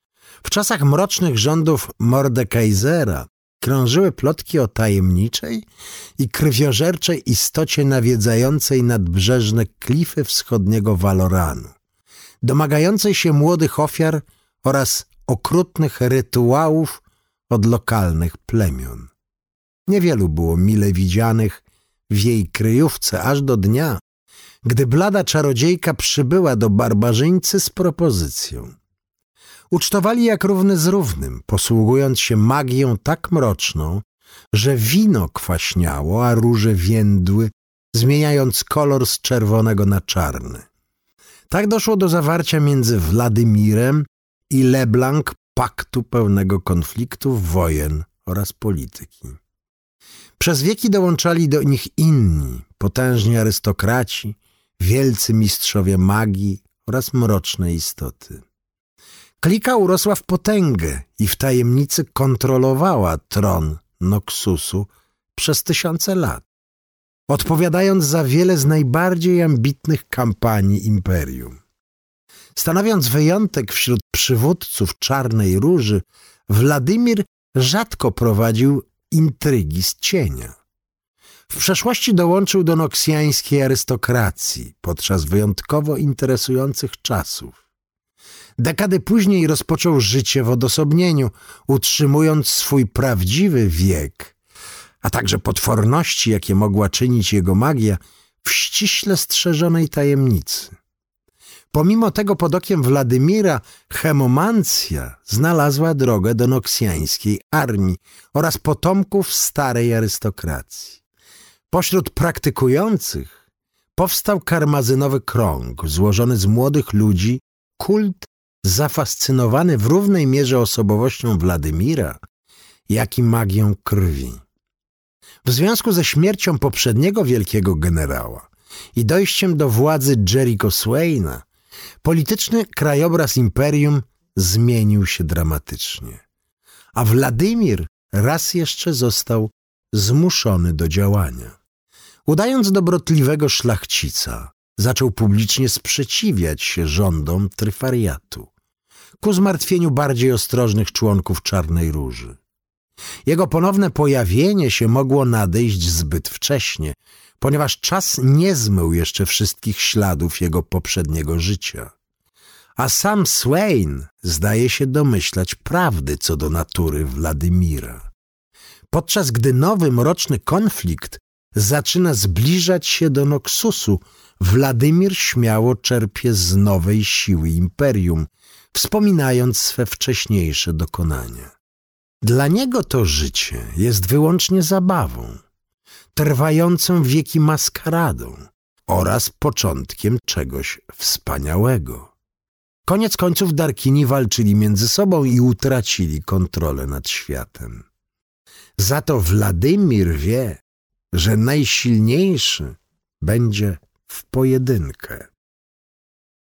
W czasach mrocznych rządów Mordekaisera krążyły plotki o tajemniczej i krwiożerczej istocie nawiedzającej nadbrzeżne klify wschodniego Valoranu, domagającej się młodych ofiar oraz okrutnych rytuałów od lokalnych plemion. Niewielu było mile widzianych w jej kryjówce, aż do dnia, gdy blada czarodziejka przybyła do barbarzyńcy z propozycją. Ucztowali jak równy z równym, posługując się magią tak mroczną, że wino kwaśniało, a róże więdły, zmieniając kolor z czerwonego na czarny. Tak doszło do zawarcia między Władimirem i LeBlanc paktu pełnego konfliktów, wojen oraz polityki. Przez wieki dołączali do nich inni, potężni arystokraci, wielcy mistrzowie magii oraz mroczne istoty. Klika urosła w potęgę i w tajemnicy kontrolowała tron Noxusu przez tysiące lat, odpowiadając za wiele z najbardziej ambitnych kampanii imperium. Stanowiąc wyjątek wśród przywódców Czarnej Róży, Władimir rzadko prowadził intrygi z cienia. W przeszłości dołączył do noksjańskiej arystokracji podczas wyjątkowo interesujących czasów. Dekady później rozpoczął życie w odosobnieniu, utrzymując swój prawdziwy wiek, a także potworności, jakie mogła czynić jego magia, w ściśle strzeżonej tajemnicy. Pomimo tego pod okiem Władimira chemomancja znalazła drogę do noksjańskiej armii oraz potomków starej arystokracji. Pośród praktykujących powstał karmazynowy krąg złożony z młodych ludzi, kult zafascynowany w równej mierze osobowością Władimira, jak i magią krwi. W związku ze śmiercią poprzedniego wielkiego generała i dojściem do władzy Jericho Swaina, polityczny krajobraz imperium zmienił się dramatycznie, a Władimir raz jeszcze został zmuszony do działania. Udając dobrotliwego szlachcica, zaczął publicznie sprzeciwiać się rządom tryfariatu, ku zmartwieniu bardziej ostrożnych członków Czarnej Róży. Jego ponowne pojawienie się mogło nadejść zbyt wcześnie, ponieważ czas nie zmył jeszcze wszystkich śladów jego poprzedniego życia. A sam Swain zdaje się domyślać prawdy co do natury Władimira. Podczas gdy nowy mroczny konflikt zaczyna zbliżać się do Noxusu, Władimir śmiało czerpie z nowej siły imperium, wspominając swe wcześniejsze dokonania. Dla niego to życie jest wyłącznie zabawą, trwającą wieki maskaradą oraz początkiem czegoś wspaniałego. Koniec końców Darkini walczyli między sobą i utracili kontrolę nad światem. Za to Władimir wie, że najsilniejszy będzie w pojedynkę.